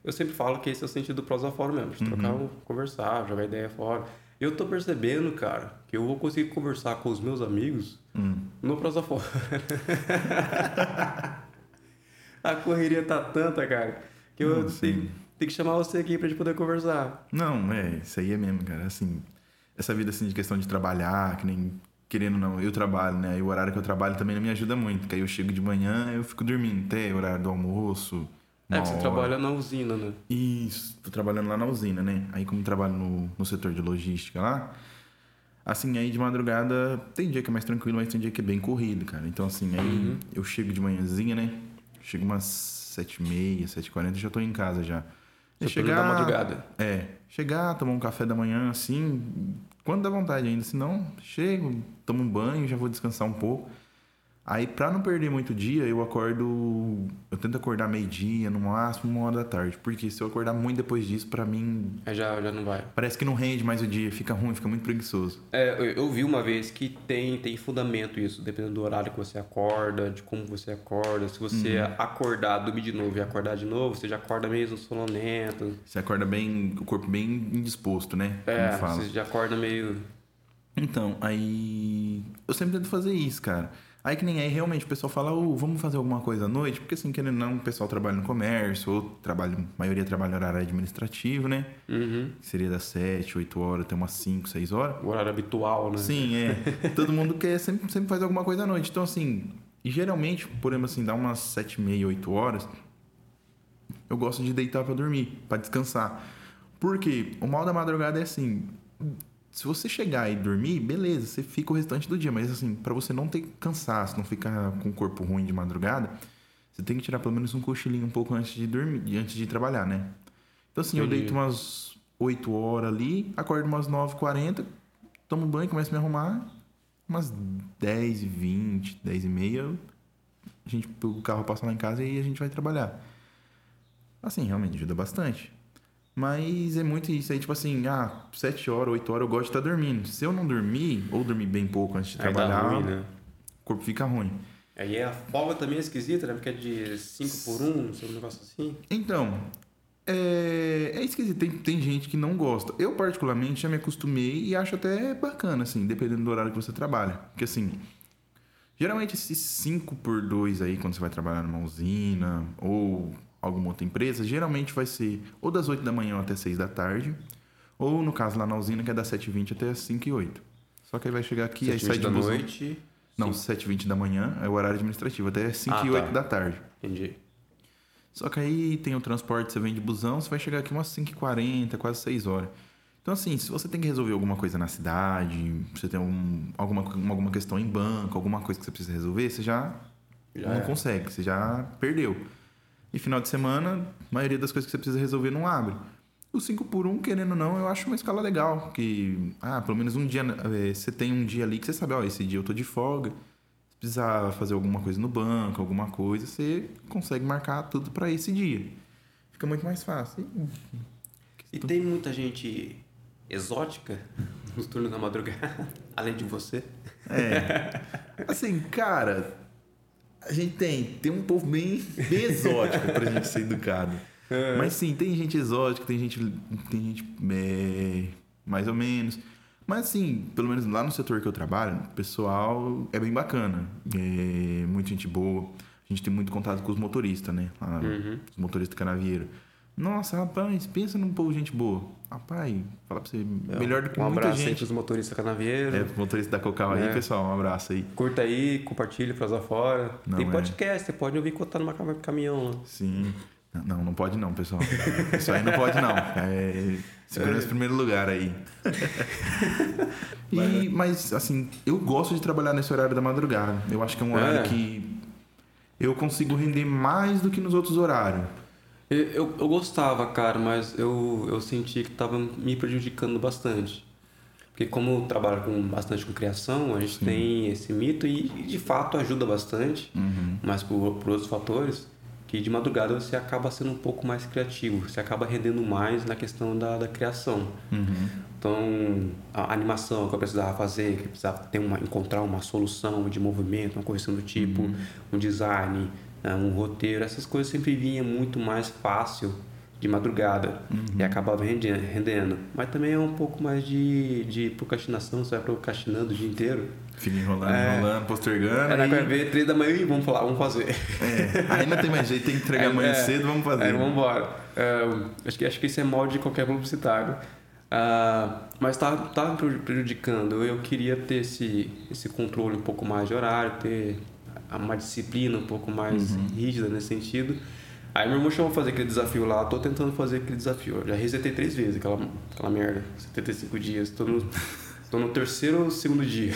eu sempre falo que esse é o sentido do prosa fora mesmo, de trocar, conversar, jogar ideia fora. Eu tô percebendo, cara, que eu vou conseguir conversar com os meus amigos no prosa fora. A correria tá tanta, cara, que eu Não, tenho que chamar você aqui pra gente poder conversar. Não, isso aí é mesmo, cara. Assim, essa vida assim de questão de trabalhar, que nem querendo ou não, eu trabalho, né? E o horário que eu trabalho também não me ajuda muito, porque aí eu chego de manhã, eu fico dormindo até o horário do almoço, É uma que você hora. trabalha na usina, né? Isso, tô trabalhando lá na usina, né? Aí como trabalho no setor de logística lá, assim, aí de madrugada tem dia que é mais tranquilo, mas tem dia que é bem corrido, cara. Então assim, aí eu chego de manhãzinha, né? Chego umas 7h30, 7h40 e já tô em casa já. É Seu turno da chegar, madrugada. chegar, tomar um café da manhã, assim, quando dá vontade ainda. Se não, chego, tomo um banho, já vou descansar um pouco. Aí, pra não perder muito dia, eu tento acordar meio-dia, no máximo 1h da tarde. Porque se eu acordar muito depois disso, pra mim, Aí já não vai. parece que não rende mais o dia, fica ruim, fica muito preguiçoso. Eu vi uma vez que tem fundamento isso, dependendo do horário que você acorda, de como você acorda. Se você acordar, dormir de novo e acordar de novo, você já acorda mesmo sonolento. Você acorda bem, o corpo bem indisposto, né? Como fala. Você já acorda meio... Então, aí eu sempre tento fazer isso, cara. Aí que nem aí realmente o pessoal fala, vamos fazer alguma coisa à noite, porque assim, querendo ou não, o pessoal trabalha no comércio, ou trabalha, a maioria trabalha no horário administrativo, né? Que seria das 7, 8 horas até umas 5, 6 horas. O horário habitual, né? Sim, todo mundo quer, sempre faz alguma coisa à noite. Então, assim, e geralmente, por exemplo, assim, dá umas 7h30, 8 horas, eu gosto de deitar pra dormir, pra descansar. Porque o mal da madrugada é assim, se você chegar e dormir, beleza, você fica o restante do dia. Mas assim, pra você não ter cansaço, não ficar com o corpo ruim de madrugada, você tem que tirar pelo menos um cochilinho um pouco antes de dormir, antes de trabalhar, né? Então assim, eu deito umas 8 horas ali, acordo umas 9h40, tomo banho, começo a me arrumar, umas 10h20, 10h30, a gente pega o carro, passa lá em casa e a gente vai trabalhar. Assim, realmente ajuda bastante. Mas é muito isso aí, tipo assim, 7 horas, 8 horas eu gosto de estar dormindo. Se eu não dormir, ou dormir bem pouco antes de Aí dá trabalhar, ruim, né? o corpo fica ruim. Aí a folga também é esquisita, né? Porque é de 5 por 1, não sei, um negócio assim. Então, é esquisito. Tem gente que não gosta. Eu, particularmente, já me acostumei e acho até bacana, assim, dependendo do horário que você trabalha. Porque, assim, geralmente esses 5x2 aí, quando você vai trabalhar numa usina ou alguma outra empresa, geralmente vai ser ou das 8 da manhã até 6 da tarde, ou no caso lá na usina, que é das 7h20 até as 5h08. Só que aí vai chegar aqui, aí sai 7h20 de da busão. noite. Não, 7h20 da manhã é o horário administrativo, até 5h08 da tarde. Entendi. Só que aí tem o transporte, você vem de busão, você vai chegar aqui umas 5h40, quase 6 horas. Então, assim, se você tem que resolver alguma coisa na cidade, você tem alguma questão em banco, alguma coisa que você precisa resolver, você já não consegue, você já perdeu. E final de semana, a maioria das coisas que você precisa resolver não abre. O 5x1, querendo ou não, eu acho uma escala legal. Que, pelo menos um dia, você tem um dia ali que você sabe, esse dia eu tô de folga. Se precisar fazer alguma coisa no banco, alguma coisa, você consegue marcar tudo para esse dia. Fica muito mais fácil. E tem muita gente exótica nos turnos da madrugada, além de você? Assim, cara, a gente tem um povo bem exótico pra gente ser educado. Mas sim, tem gente exótica, tem gente mais ou menos. Mas assim, pelo menos lá no setor que eu trabalho, o pessoal é bem bacana. É muita gente boa. A gente tem muito contato com os motoristas, né? Os motoristas canavieiros. Nossa, rapaz, pensa num povo gente boa. Rapaz, fala pra você, melhor do que muita abraço aí gente. pros motoristas canavieiros. Motorista da Cocal aí, pessoal, um abraço aí. Curta aí, compartilha, prosa fora. Não, Tem podcast, você pode ouvir enquanto tá numa caminhão lá. Sim. Não pode não, pessoal. Isso aí não pode não. Segurança em primeiro lugar aí. Mas, assim, eu gosto de trabalhar nesse horário da madrugada. Eu acho que é um horário que eu consigo render mais do que nos outros horários. Eu gostava, cara, mas eu senti que tava me prejudicando bastante. Porque como eu trabalho bastante com criação, a gente tem esse mito e de fato ajuda bastante, mas por outros fatores, que de madrugada você acaba sendo um pouco mais criativo, você acaba rendendo mais na questão da criação. Então, a animação que eu precisava fazer, que eu precisava encontrar uma solução de movimento, uma coisa do tipo, um design, um roteiro, essas coisas sempre vinham muito mais fácil de madrugada e acabava rendendo. Mas também é um pouco mais de procrastinação, você vai procrastinando o dia inteiro. Fica enrolando, postergando. Aí vai ver 3 da manhã e vamos fazer. Aí não tem mais jeito, tem que entregar amanhã cedo, vamos fazer. Aí vamos embora. Acho que isso é molde de qualquer publicitário. Mas tá me prejudicando. Eu queria ter esse controle um pouco mais de horário, ter uma disciplina um pouco mais rígida nesse sentido. Aí meu irmão chamou pra fazer aquele desafio lá, tô tentando fazer aquele desafio. Eu já resetei 3 vezes aquela merda, 75 dias. Tô no terceiro ou segundo dia.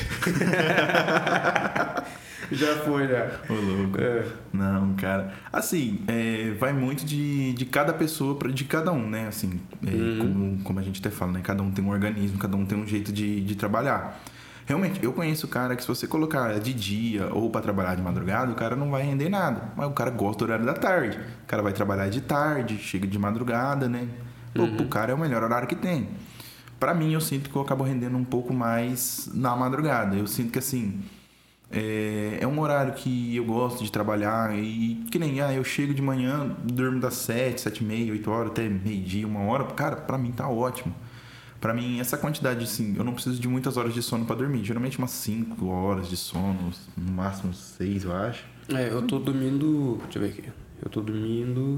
Já foi, já. Ô, louco. Não, cara. Assim, vai muito de cada pessoa, de cada um, né? Assim, como a gente até fala, né? Cada um tem um organismo, cada um tem um jeito de trabalhar. Realmente, eu conheço o cara que se você colocar de dia ou para trabalhar de madrugada, o cara não vai render nada. Mas o cara gosta do horário da tarde. O cara vai trabalhar de tarde, chega de madrugada, né? O cara é o melhor horário que tem. Pra mim, eu sinto que eu acabo rendendo um pouco mais na madrugada. Eu sinto que, assim, é um horário que eu gosto de trabalhar e que nem, eu chego de manhã, durmo das 7, 7h30, 8 horas, até meio-dia, 1 hora. Cara, pra mim tá ótimo. Pra mim, essa quantidade, assim, eu não preciso de muitas horas de sono pra dormir. Geralmente umas 5 horas de sono, no máximo 6, eu acho. Eu tô dormindo... Deixa eu ver aqui. Eu tô dormindo...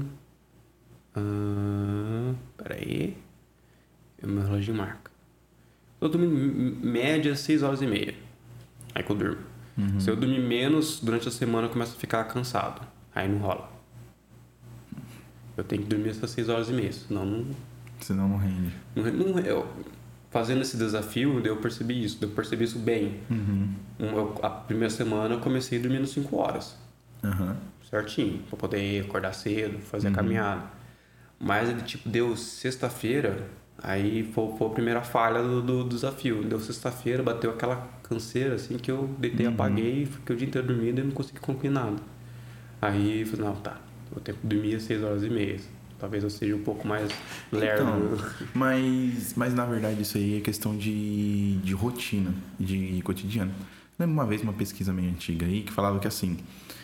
Peraí. Meu relógio marca. Eu tô dormindo média 6h30. Aí que eu durmo. Se eu dormir menos, durante a semana eu começo a ficar cansado. Aí não rola. Eu tenho que dormir essas 6h30, senão não... Senão não rende. Fazendo esse desafio, eu percebi isso bem. A primeira semana eu comecei dormindo 5 horas. Certinho, pra poder acordar cedo, fazer a caminhada. Mas ele deu sexta-feira, aí foi a primeira falha do desafio. Deu sexta-feira, bateu aquela canseira assim que eu deitei, apaguei, fiquei o dia inteiro dormindo e não consegui concluir nada. Aí eu falei, não, tá, eu tenho que dormir às 6h30. Talvez eu seja um pouco mais lerdo. Então, mas na verdade isso aí é questão de rotina, de cotidiano. Lembro uma vez uma pesquisa meio antiga aí que falava que assim,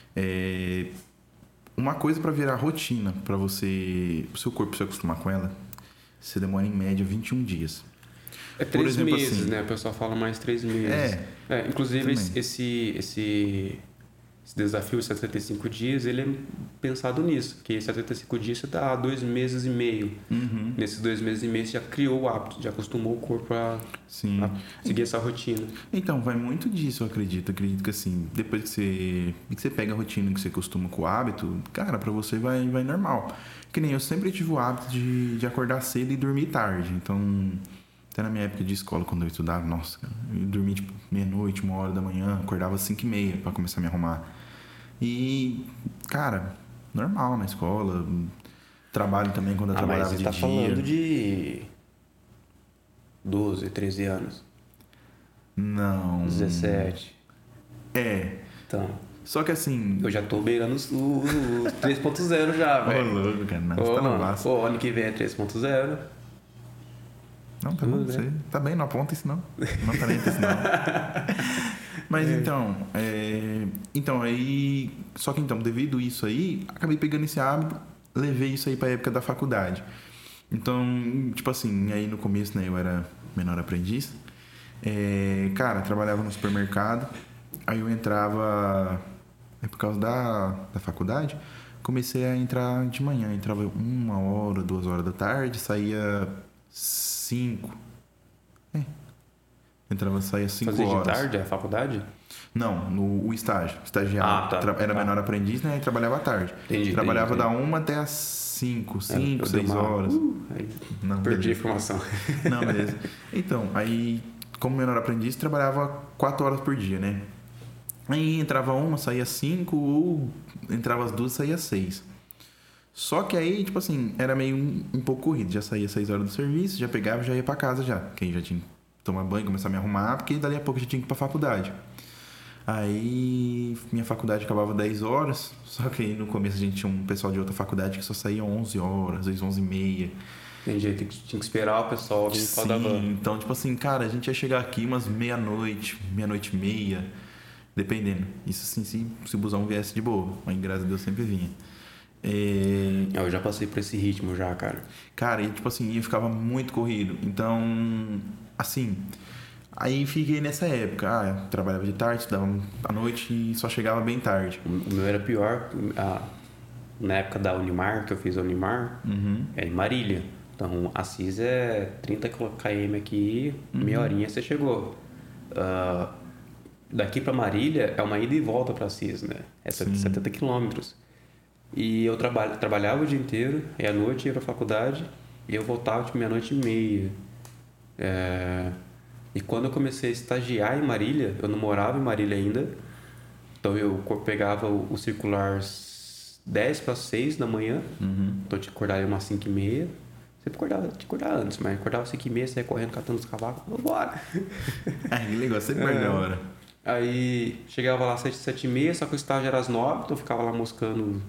uma coisa para virar rotina, para o seu corpo se acostumar com ela, você demora em média 21 dias. 3 meses, assim, né? O pessoal fala mais 3 meses. Inclusive esse desafio de 75 dias, ele é pensado nisso, porque 75 dias você dá 2 meses e meio. Nesses 2 meses e meio você já criou o hábito, já acostumou o corpo a seguir essa rotina. Então, vai muito disso, eu acredito. Acredito que assim, depois que você pega a rotina, que você acostuma com o hábito, cara, pra você vai normal. Que nem eu sempre tive o hábito de acordar cedo e dormir tarde. Então, até na minha época de escola, quando eu estudava, nossa, eu dormia tipo meia-noite, 1h da manhã, acordava às 5h30 pra começar a me arrumar. E, cara, normal na escola. Trabalho também quando eu trabalhava de dia. Mas você tá falando de 12, 13 anos? Não. 17. Então. Só que assim... Eu já tô beirando os 3.0 já, velho. Ô, louco, cara. Não, você tá no vaso. Ano que vem é 3.0. Não, tá bom. Você tá bem, não aponta isso não. Não tá nem isso não. Mas então, aí... Só que então, devido a isso aí, acabei pegando esse hábito, levei isso aí pra época da faculdade. Então, tipo assim, aí no começo, né, eu era menor aprendiz. Cara, trabalhava no supermercado. Aí eu entrava... por causa da faculdade, comecei a entrar de manhã. Entrava 1h, 2h da tarde, saía 5. Saía 5 Fazia horas. de tarde a faculdade? Não, o estágio. Estagiário. Era menor aprendiz, né? E trabalhava à tarde. Trabalhava da 1 até as 5, 6 horas. Não, perdi a informação. Não, beleza. Então, aí, como menor aprendiz, trabalhava 4 horas por dia, né? Aí entrava 1, saía 5, ou entrava as 2, saía 6. Só que aí, tipo assim, era meio um pouco corrido. Já saía 6 horas do serviço, já pegava e já ia pra casa já. Que aí já tinha que tomar banho, começar a me arrumar, porque dali a pouco já tinha que ir pra faculdade. Aí minha faculdade acabava 10 horas, só que aí no começo a gente tinha um pessoal de outra faculdade que só saía 11 horas, às vezes 11h30. Entendi, tinha que esperar o pessoal vir pra dar banho. Então, tipo assim, cara, a gente ia chegar aqui umas meia-noite, meia-noite e meia, dependendo. Isso assim, se o busão viesse de boa, mas graças a Deus sempre vinha. Eu já passei por esse ritmo já, cara. Cara, e tipo assim, eu ficava muito corrido. Então, assim, aí fiquei nessa época. Trabalhava de tarde, estudava à noite e só chegava bem tarde. O meu era pior. Na época da Unimar, que eu fiz a Unimar, é em Marília. Então, Assis é 30 km aqui, meia horinha você chegou. Daqui pra Marília é uma ida e volta pra Assis, né? É 70 quilômetros. E eu trabalhava o dia inteiro, e à noite ia pra faculdade, e eu voltava tipo meia-noite e meia. E quando eu comecei a estagiar em Marília, eu não morava em Marília ainda, então eu pegava o circular 10 para 6 da manhã, então eu tinha que acordar umas 5 e meia. Sempre tinha que acordar antes, mas acordava 5 e meia, saia correndo, catando os cavacos, vambora! Que legal, sempre perde a hora. Aí chegava lá às 7 e meia, só que o estágio era às 9, então eu ficava lá moscando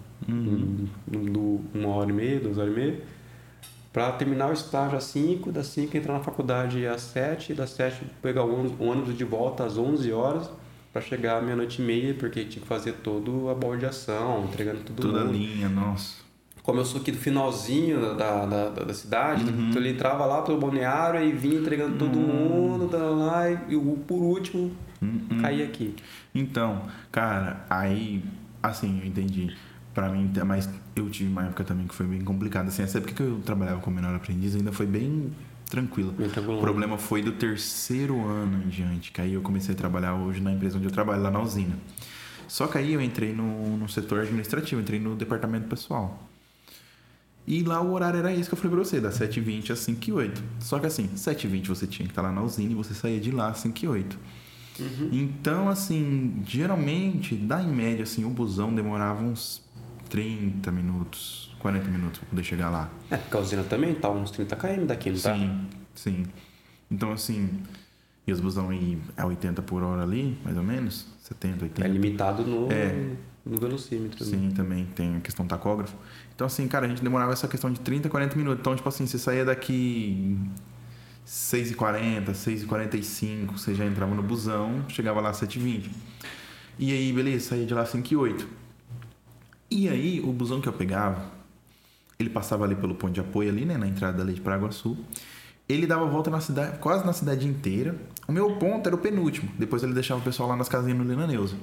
1h30, 2h30, pra terminar o estágio às 5, das 5 entrar na faculdade às 7, das 7 pegar o ônibus de volta às 11 horas, pra chegar à meia-noite e meia, porque tinha que fazer toda a baldeação, entregando tudo. Toda a linha, nossa. Como eu sou aqui do finalzinho da cidade, então ele entrava lá pelo balneário e vinha entregando todo mundo, lá, e por último caía aqui. Então, cara, aí, assim, eu entendi. Pra mim, mas eu tive uma época também que foi bem complicada. Assim, essa época que eu trabalhava como menor aprendiz ainda foi bem tranquilo. O problema foi do terceiro ano em diante, que aí eu comecei a trabalhar hoje na empresa onde eu trabalho, lá na usina. Só que aí eu entrei no setor administrativo, entrei no departamento pessoal. E lá o horário era esse que eu falei pra você, das 7h20 às 5h08. Só que assim, 7h20 você tinha que estar lá na usina e você saía de lá às 5h08. Então, assim, geralmente, em média, assim, o busão demorava uns 30 minutos, 40 minutos pra poder chegar lá. Porque a usina também tá uns 30 km daqui, não tá? Sim. Então, assim, e os busão aí é 80 por hora ali, mais ou menos, 70, 80. É limitado no velocímetro. Sim, também tem a questão tacógrafo. Então, assim, cara, a gente demorava essa questão de 30, 40 minutos. Então, tipo assim, você saía daqui 6h40, 6h45, você já entrava no busão, chegava lá às 7h20. E aí, beleza, saía de lá às 5h08. E aí, o busão que eu pegava, ele passava ali pelo ponto de apoio ali, né, na entrada da de Paraguaçu. Ele dava volta na cidade, quase na cidade inteira. O meu ponto era o penúltimo. Depois ele deixava o pessoal lá nas casinhas no Lina Neuza.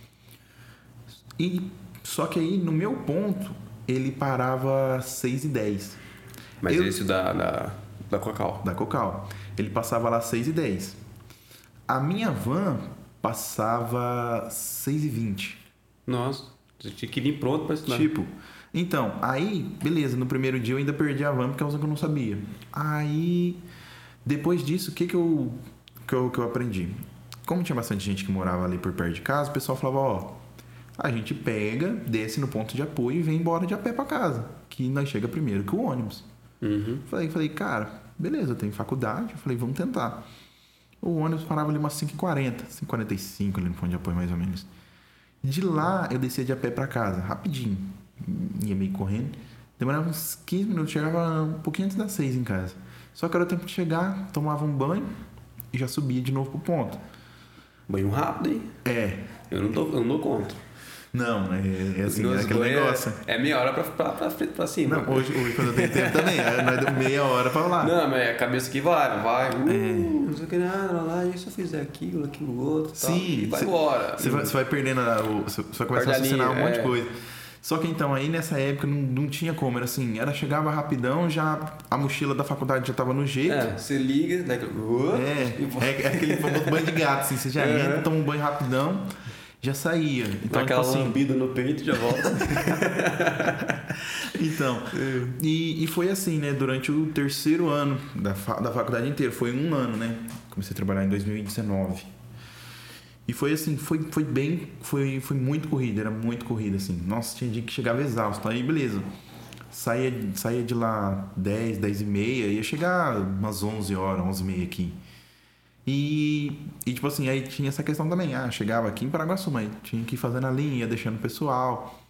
Só que aí, no meu ponto, ele parava às 6h10. Mas esse da Cocal? Da Cocal. Ele passava lá às 6h10. A minha van passava 6h20. Nossa, você tinha que vir pronto pra estudar. Então, aí, beleza, no primeiro dia eu ainda perdi a van porque é uma coisa que eu não sabia. Aí, depois disso, o que eu aprendi? Como tinha bastante gente que morava ali por perto de casa, o pessoal falava, a gente pega, desce no ponto de apoio e vem embora de a pé pra casa, que nós chega primeiro que o ônibus. Falei, cara, beleza, eu tenho faculdade. Eu falei, vamos tentar. O ônibus parava ali umas 5h40, 5h45 ali no ponto de apoio, mais ou menos. De lá, eu descia de a pé pra casa, rapidinho. Ia meio correndo. Demorava uns 15 minutos, chegava um pouquinho antes das 6 em casa. Só que era o tempo de chegar, tomava um banho e já subia de novo pro ponto. Banho rápido, hein? Eu não dou conta. Não, é assim, é aquele negócio. É meia hora pra cima. Não, hoje quando eu tenho tempo também, nós deu meia hora pra lá. Não, mas a cabeça aqui vai. Não sei o que nada, lá, e se eu fizer aquilo outro, sim, tal, e vai embora. Você vai perdendo, você vai começar a associar um monte de coisa. Só que então, aí nessa época não tinha como, era assim, chegava rapidão, já a mochila da faculdade já tava no jeito. Você liga, daí... É aquele famoso banho de gato, assim, você já entra, toma um banho rapidão, já saía. Então, aquela tipo assim, lambida no peito e já volta. Então, e foi assim, né, durante o terceiro ano da faculdade inteira, foi um ano, né, comecei a trabalhar em 2019. E foi assim, foi muito corrida, era muito corrida, assim. Nossa, tinha dia que chegava exausto. Aí, beleza. Saía de lá 10h30, ia chegar umas 11 horas, 11h30 aqui. E tipo assim, aí tinha essa questão também. Chegava aqui em Paraguaçu, mas tinha que ir fazendo a linha, deixando o pessoal.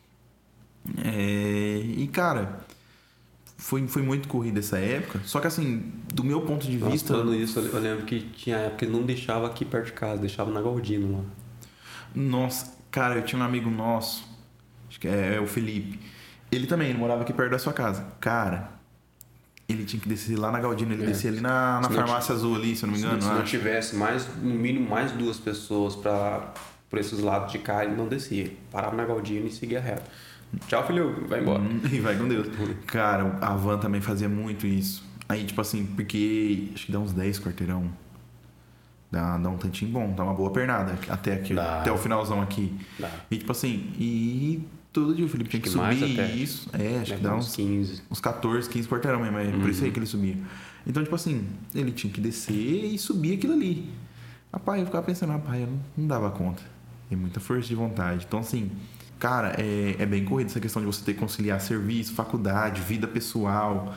E, cara, foi muito corrida essa época. Só que assim, do meu ponto de vista... Falando isso, eu lembro que tinha época que ele não deixava aqui perto de casa, deixava na Galdino lá. Nossa, cara, eu tinha um amigo nosso, acho que é o Felipe. Ele também, ele morava aqui perto da sua casa. Cara, ele tinha que descer lá na Galdino, ele descia ali na farmácia azul ali, se eu não me engano. Se não tivesse no mínimo mais 2 pessoas por esses lados de cá, ele não descia. Ele parava na Galdino e seguia reto. Tchau, filho, vai embora. E vai com Deus. Cara, a van também fazia muito isso. Aí, tipo assim, porque acho que dá uns 10 quarteirão. Dá um tantinho bom, dá uma boa pernada até aqui, até o finalzão aqui. Dá. E tipo assim, todo dia o Felipe tinha que subir isso. Acho que dá uns 15. Uns 14, 15 quarteirão mesmo. É por isso aí que ele subia. Então, tipo assim, ele tinha que descer e subir aquilo ali. Rapaz, eu ficava pensando, rapaz, eu não dava conta. Tem muita força de vontade. Então, assim, cara, é bem corrido essa questão de você ter que conciliar serviço, faculdade, vida pessoal,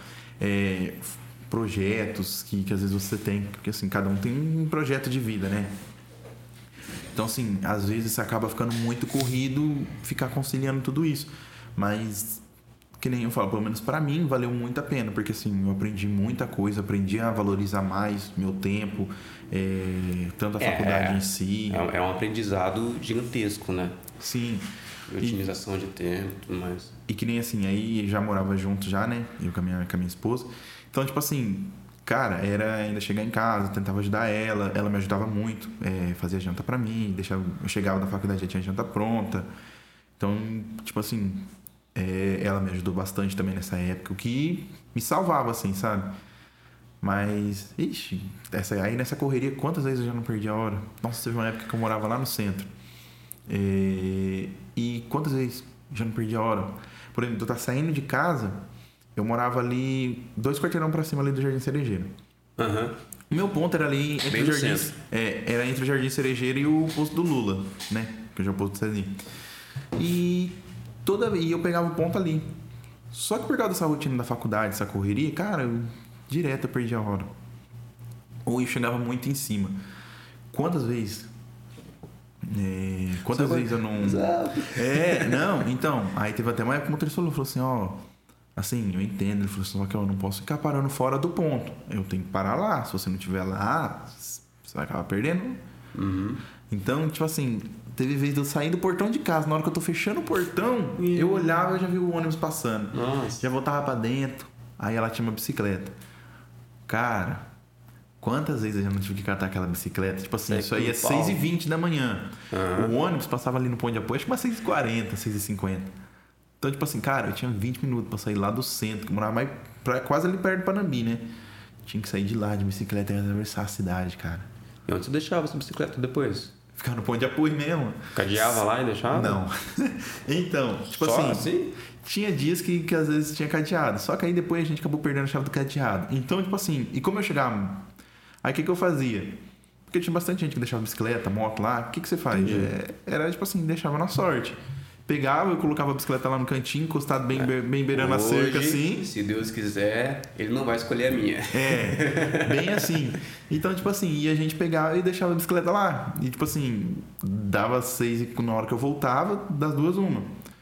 projetos que às vezes você tem. Porque, assim, cada um tem um projeto de vida, né? Então, assim, às vezes acaba ficando muito corrido ficar conciliando tudo isso. Mas, que nem eu falo, pelo menos pra mim, valeu muito a pena. Porque, assim, eu aprendi muita coisa, aprendi a valorizar mais meu tempo, tanto a faculdade em si. É um aprendizado gigantesco, né? Sim. Otimização de tempo e tudo mais. E que nem assim, aí já morava junto já, né? Eu com a minha esposa. Então, tipo assim, cara, era ainda chegar em casa, tentava ajudar ela me ajudava muito, fazia janta pra mim, eu chegava da faculdade, já tinha janta pronta. Então, tipo assim, ela me ajudou bastante também nessa época, o que me salvava, assim, sabe? Mas, ixi, nessa correria, quantas vezes eu já não perdi a hora? Nossa, teve uma época que eu morava lá no centro. E quantas vezes já não perdi a hora? Por exemplo, eu tava saindo de casa, eu morava ali 2 quarteirão pra cima ali do Jardim Cerejeiro. O meu ponto era ali entre o Jardim, era entre o Jardim Cerejeiro e o posto do Lula, né? Que hoje é o posto do Cezinho. E eu pegava o ponto ali. Só que por causa dessa rotina da faculdade, essa correria, cara, direto eu perdi a hora. Ou eu chegava muito em cima. Quantas vezes eu não... não, então, aí teve até uma época que o motorista falou assim, assim, eu entendo, ele falou assim, só que eu não posso ficar parando fora do ponto, eu tenho que parar lá, se você não estiver lá, você vai acabar perdendo. Então, tipo assim, teve vez de eu sair do portão de casa, na hora que eu tô fechando o portão, eu olhava e já vi o ônibus passando. Nossa. Já voltava pra dentro, aí ela tinha uma bicicleta. Cara, quantas vezes eu já não tive que catar aquela bicicleta? Tipo assim, isso aí é 6h20 da manhã. O ônibus passava ali no ponto de apoio, acho que umas 6h40, 6h50. Então, tipo assim, cara, eu tinha 20 minutos pra sair lá do centro, que eu morava quase ali perto do Panambi, né? Tinha que sair de lá de bicicleta e atravessar a cidade, cara. E onde você deixava essa bicicleta depois? Ficava no ponto de apoio mesmo. Cadeava lá e deixava? Não. Então, tipo assim, tinha dias que às vezes tinha cadeado. Só que aí depois a gente acabou perdendo a chave do cadeado. Então, tipo assim, e como eu chegava... Aí o que eu fazia? Porque tinha bastante gente que deixava bicicleta, moto lá. O que você faz? Era tipo assim, deixava na sorte. Pegava, eu colocava a bicicleta lá no cantinho, encostado bem beirando a cerca, assim. Se Deus quiser, ele não vai escolher a minha. Bem assim. Então, tipo assim, e a gente pegava e deixava a bicicleta lá. E, tipo assim, dava 6 na hora que eu voltava, das duas, uma.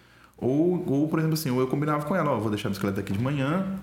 Ou por exemplo assim, ou eu combinava com ela, vou deixar a bicicleta aqui de manhã,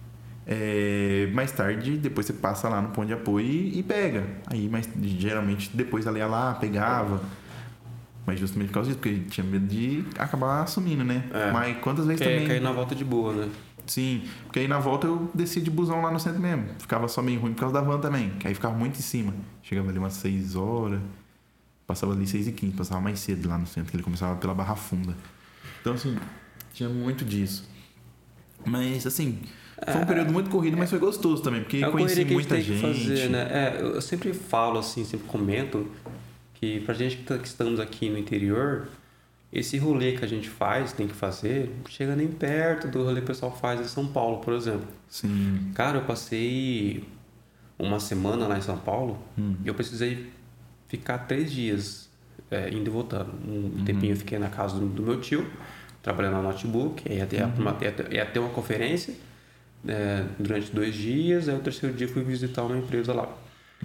mais tarde, depois você passa lá no ponto de apoio e pega. Aí, mas geralmente, depois ela ia lá, pegava. Mas justamente por causa disso, porque tinha medo de acabar assumindo, né? Mas quantas vezes também... cair na volta de boa, né? Sim, porque aí na volta eu descia de busão lá no centro mesmo. Ficava só meio ruim por causa da van também, que aí ficava muito em cima. Chegava ali umas 6 horas, passava ali 6h15, passava mais cedo lá no centro, que ele começava pela Barra Funda. Então, assim, tinha muito disso. Mas, assim, foi um período muito corrido, mas foi gostoso também, porque conheci muita gente. Fazer, né? Eu sempre falo assim, sempre comento que pra gente que estamos aqui no interior, esse rolê que a gente tem que fazer, não chega nem perto do rolê que o pessoal faz em São Paulo, por exemplo. Sim. Cara, eu passei uma semana lá em São Paulo e eu precisei ficar 3 dias indo e voltando. Um tempinho eu fiquei na casa do meu tio, trabalhando no notebook, ia ter uma conferência durante 2 dias, aí o terceiro dia fui visitar uma empresa lá.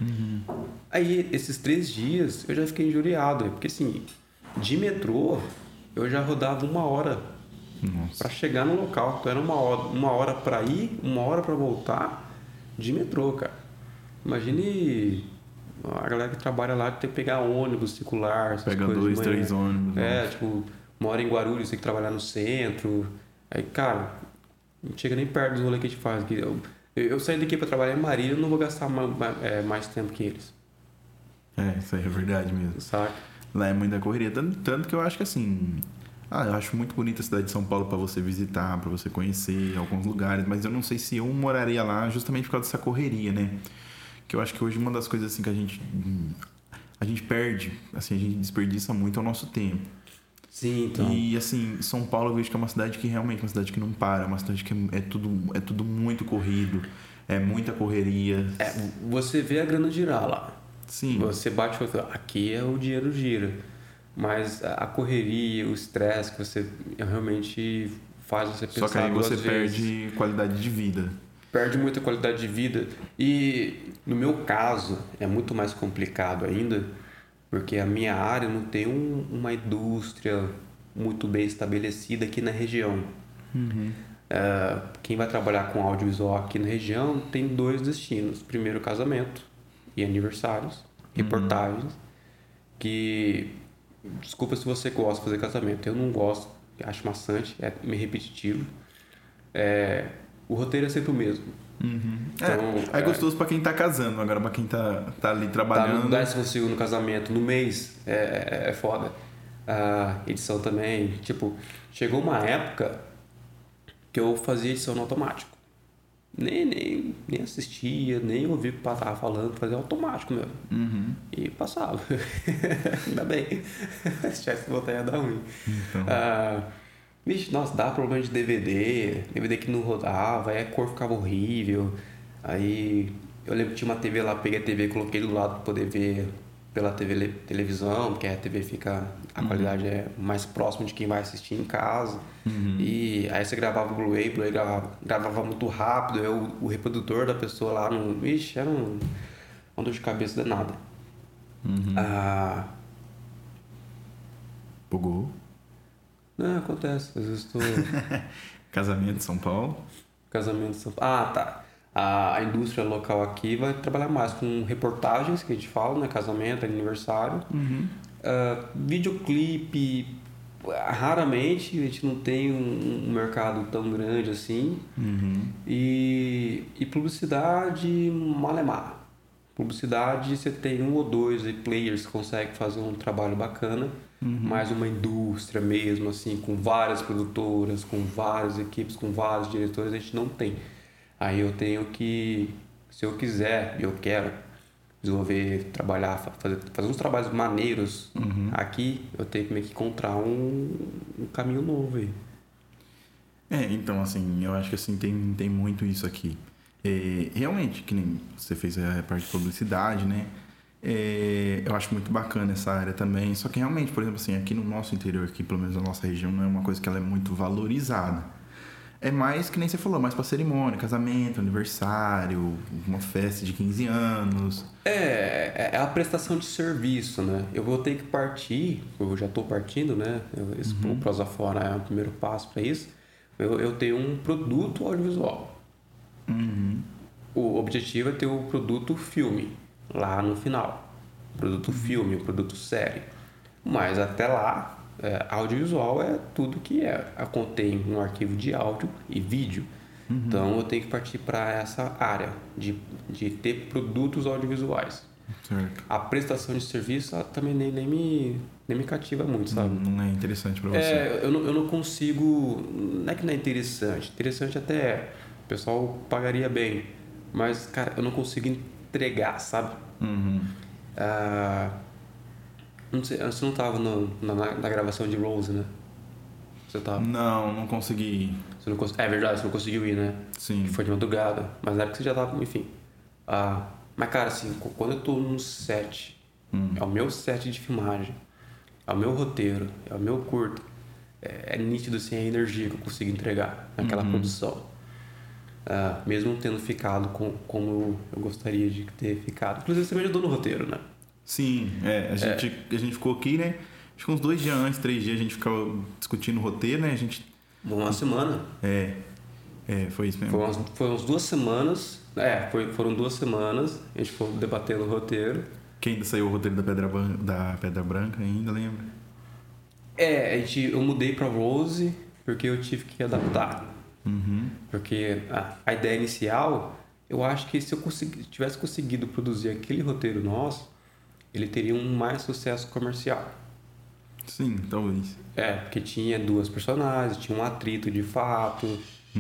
Aí, esses 3 dias, eu já fiquei injuriado, porque assim, de metrô, eu já rodava 1 hora para chegar no local. Então, era 1 hora para ir, 1 hora para voltar de metrô, cara. Imagine a galera que trabalha lá ter que pegar ônibus circular, essas Pega coisas. 2, 3 ônibus. Tipo, mora em Guarulhos, tem que trabalhar no centro. Aí, cara, não chega nem perto dos rolês que a gente faz. Eu saí daqui pra trabalhar em Marília, eu não vou gastar mais tempo que eles. Isso aí é verdade mesmo. Saca? Lá é muita correria. Tanto que eu acho que assim. Eu acho muito bonita a cidade de São Paulo para você visitar, para você conhecer alguns lugares, mas eu não sei se eu moraria lá justamente por causa dessa correria, né? Que eu acho que hoje uma das coisas assim que a gente perde, assim, a gente desperdiça muito é o nosso tempo. Sim, então. E assim, São Paulo eu vejo que é uma cidade que realmente é uma cidade que não para, é uma cidade que é tudo muito corrido, é muita correria. Você vê a grana girar lá. Sim. Você bate e fala, aqui é o dinheiro gira. Mas a correria, o estresse que você realmente faz você pensar Só que aí duas você vezes. perde qualidade de vida. Perde muita qualidade de vida. E no meu caso, é muito mais complicado ainda, porque a minha área não tem uma indústria muito bem estabelecida aqui na região. Quem vai trabalhar com audiovisual aqui na região tem dois destinos. Primeiro, casamento e aniversários, reportagens, que, desculpa se você gosta de fazer casamento, eu não gosto, acho maçante, é meio repetitivo. O roteiro é sempre o mesmo. Então, É gostoso pra quem tá casando, agora pra quem tá ali tá trabalhando. no 12º casamento, no mês, é foda. A edição também, tipo, chegou uma época que eu fazia edição no automático. Nem assistia, nem ouvia o que tava falando, fazia automático mesmo. E passava. Ainda bem. Se tivesse voltar ia dar ruim. Então. Vixe, nossa, dava problema de DVD que não rodava, aí a cor ficava horrível. Aí eu lembro que tinha uma TV lá, peguei a TV e coloquei do lado pra poder ver pela televisão, porque a TV a qualidade é mais próxima de quem vai assistir em casa. E aí você gravava o Blu-ray gravava muito rápido, aí o reprodutor da pessoa lá não. Vixe, era uma dor de cabeça danada. Bugou. Não, acontece, às vezes estou. Casamento em São Paulo. Casamento. Tá. A indústria local aqui vai trabalhar mais com reportagens, que a gente fala, né? Casamento, aniversário. Videoclipe, raramente, a gente não tem um mercado tão grande assim. E publicidade, malemar. Publicidade, você tem um ou dois players que conseguem fazer um trabalho bacana, mas uma indústria mesmo, assim, com várias produtoras, com várias equipes, com vários diretores, a gente não tem. Aí eu tenho que, se eu quiser, eu quero desenvolver, trabalhar, fazer uns trabalhos maneiros aqui, eu tenho que meio que encontrar um caminho novo aí. Então, assim, eu acho que assim, tem muito isso aqui. Realmente, que nem você fez a parte de publicidade, né? Eu acho muito bacana essa área também. Só que realmente, por exemplo, assim, aqui no nosso interior, aqui, pelo menos na nossa região, não é uma coisa que ela é muito valorizada. É mais, que nem você falou, mais pra cerimônia, casamento, aniversário, uma festa de 15 anos. É a prestação de serviço, né? Eu vou ter que partir, eu já estou partindo, né? O Prosa Fora é o primeiro passo para isso. Eu tenho um produto audiovisual. O objetivo é ter o produto filme lá no final. Produto filme, o produto série. Mas até lá, audiovisual é tudo que contém um arquivo de áudio e vídeo. Então eu tenho que partir para essa área de ter produtos audiovisuais. Certo. A prestação de serviço também nem me cativa muito, sabe? Não é interessante para você. Eu não consigo. Não é que não é interessante. Interessante até é. O pessoal pagaria bem. Mas, cara, eu não consigo entregar, sabe? Não sei, você não tava na gravação de Rose, né? Você tava? Não consegui. É verdade, você não conseguiu ir, né? Sim. Que foi de madrugada. Mas na época você já tava, enfim. Mas, cara, assim, quando eu tô num set, é o meu set de filmagem, é o meu roteiro, é o meu curto, é nítido, assim, a energia que eu consigo entregar naquela produção. Mesmo tendo ficado como eu gostaria de ter ficado. Inclusive, você me ajudou no roteiro, né? Sim, a gente ficou aqui, né? Acho que uns 2 dias antes, 3 dias, a gente ficava discutindo o roteiro, né? Uma semana. Foi isso mesmo. Foi umas 2 semanas. Foram 2 semanas. A gente foi debatendo o roteiro. Que ainda saiu o roteiro da Pedra Branca, ainda lembra? Eu mudei pra Rose. porque eu tive que adaptar. Uhum. Porque a ideia inicial, eu acho que se eu tivesse conseguido produzir aquele roteiro nosso, ele teria um mais sucesso comercial. Sim, talvez. Porque tinha duas personagens, tinha um atrito de fato,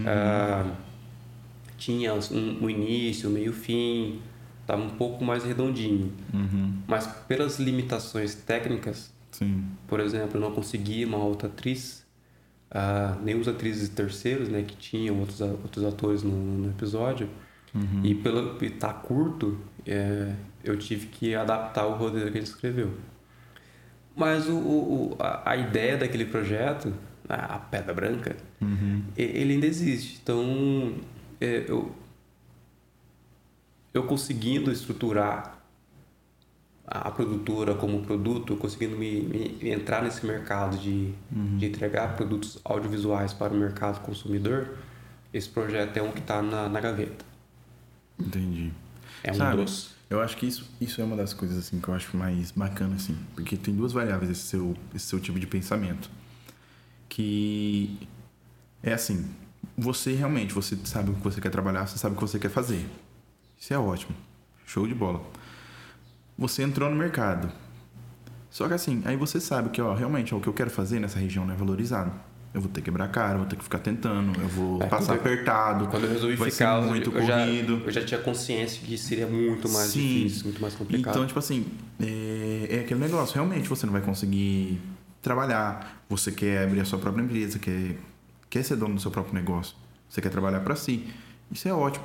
tinha um início, meio fim, tava um pouco mais redondinho. Mas pelas limitações técnicas, Sim. por exemplo, eu não consegui uma outra atriz, nem os atrizes terceiros, né, que tinham outros atores no episódio, e pelo estar curto, eu tive que adaptar o roteiro que ele escreveu. Mas a ideia daquele projeto, a Pedra Branca, ele ainda existe. Então, eu conseguindo estruturar a produtora como produto, conseguindo me entrar nesse mercado de entregar produtos audiovisuais para o mercado consumidor, esse projeto é um que está na gaveta. Entendi. É um Sabe, dos. eu acho que isso é uma das coisas assim que eu acho mais bacana assim, porque tem duas variáveis esse seu tipo de pensamento, que é assim, você realmente, você sabe o que você quer trabalhar, você sabe o que você quer fazer. Isso é ótimo. Show de bola. Você entrou no mercado. Só que assim, aí você sabe que, realmente, o que eu quero fazer nessa região não é valorizado. Eu vou ter que quebrar a cara, vou ter que ficar tentando, eu vou passar apertado. Quando eu resolvi vai ficar, ser muito corrido. eu já tinha consciência que seria muito mais difícil, muito mais complicado. Então, tipo assim, é aquele negócio. Realmente você não vai conseguir trabalhar. Você quer abrir a sua própria empresa, quer ser dono do seu próprio negócio. Você quer trabalhar para si. Isso é ótimo.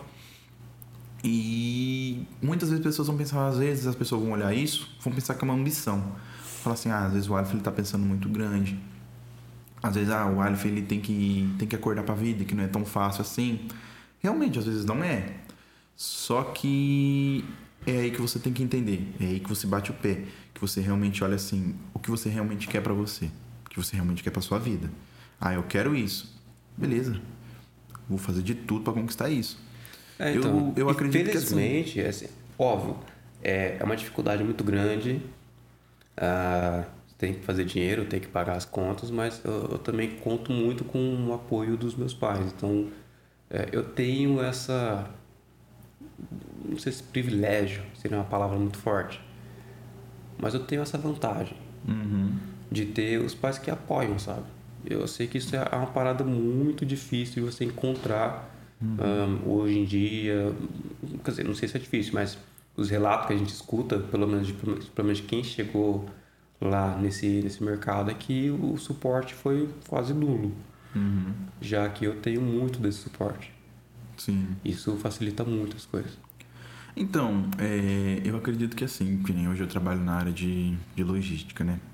E muitas vezes as pessoas vão pensar, às vezes as pessoas vão olhar isso, vão pensar que é uma ambição. Falar assim, às vezes o Aleph ele tá pensando muito grande. Às vezes, o Aleph ele tem que acordar pra vida, que não é tão fácil assim. Realmente, às vezes não é. Só que é aí que você tem que entender. É aí que você bate o pé. Que você realmente olha assim, o que você realmente quer pra você. O que você realmente quer pra sua vida. Eu quero isso. Beleza. Vou fazer de tudo pra conquistar isso. Então, eu acredito que assim... infelizmente, óbvio, é uma dificuldade muito grande. Você tem que fazer dinheiro, tem que pagar as contas, mas eu também conto muito com o apoio dos meus pais. Então, eu tenho essa... Não sei se privilégio seria uma palavra muito forte, mas eu tenho essa vantagem de ter os pais que apoiam, sabe? Eu sei que isso é uma parada muito difícil de você encontrar hoje em dia. Quer dizer, não sei se é difícil, mas os relatos que a gente escuta, pelo menos de quem chegou lá nesse mercado, é que o suporte foi quase nulo. Já que eu tenho muito desse suporte. Sim. Isso facilita muito as coisas. Então, eu acredito que assim, que nem hoje eu trabalho na área de logística, né?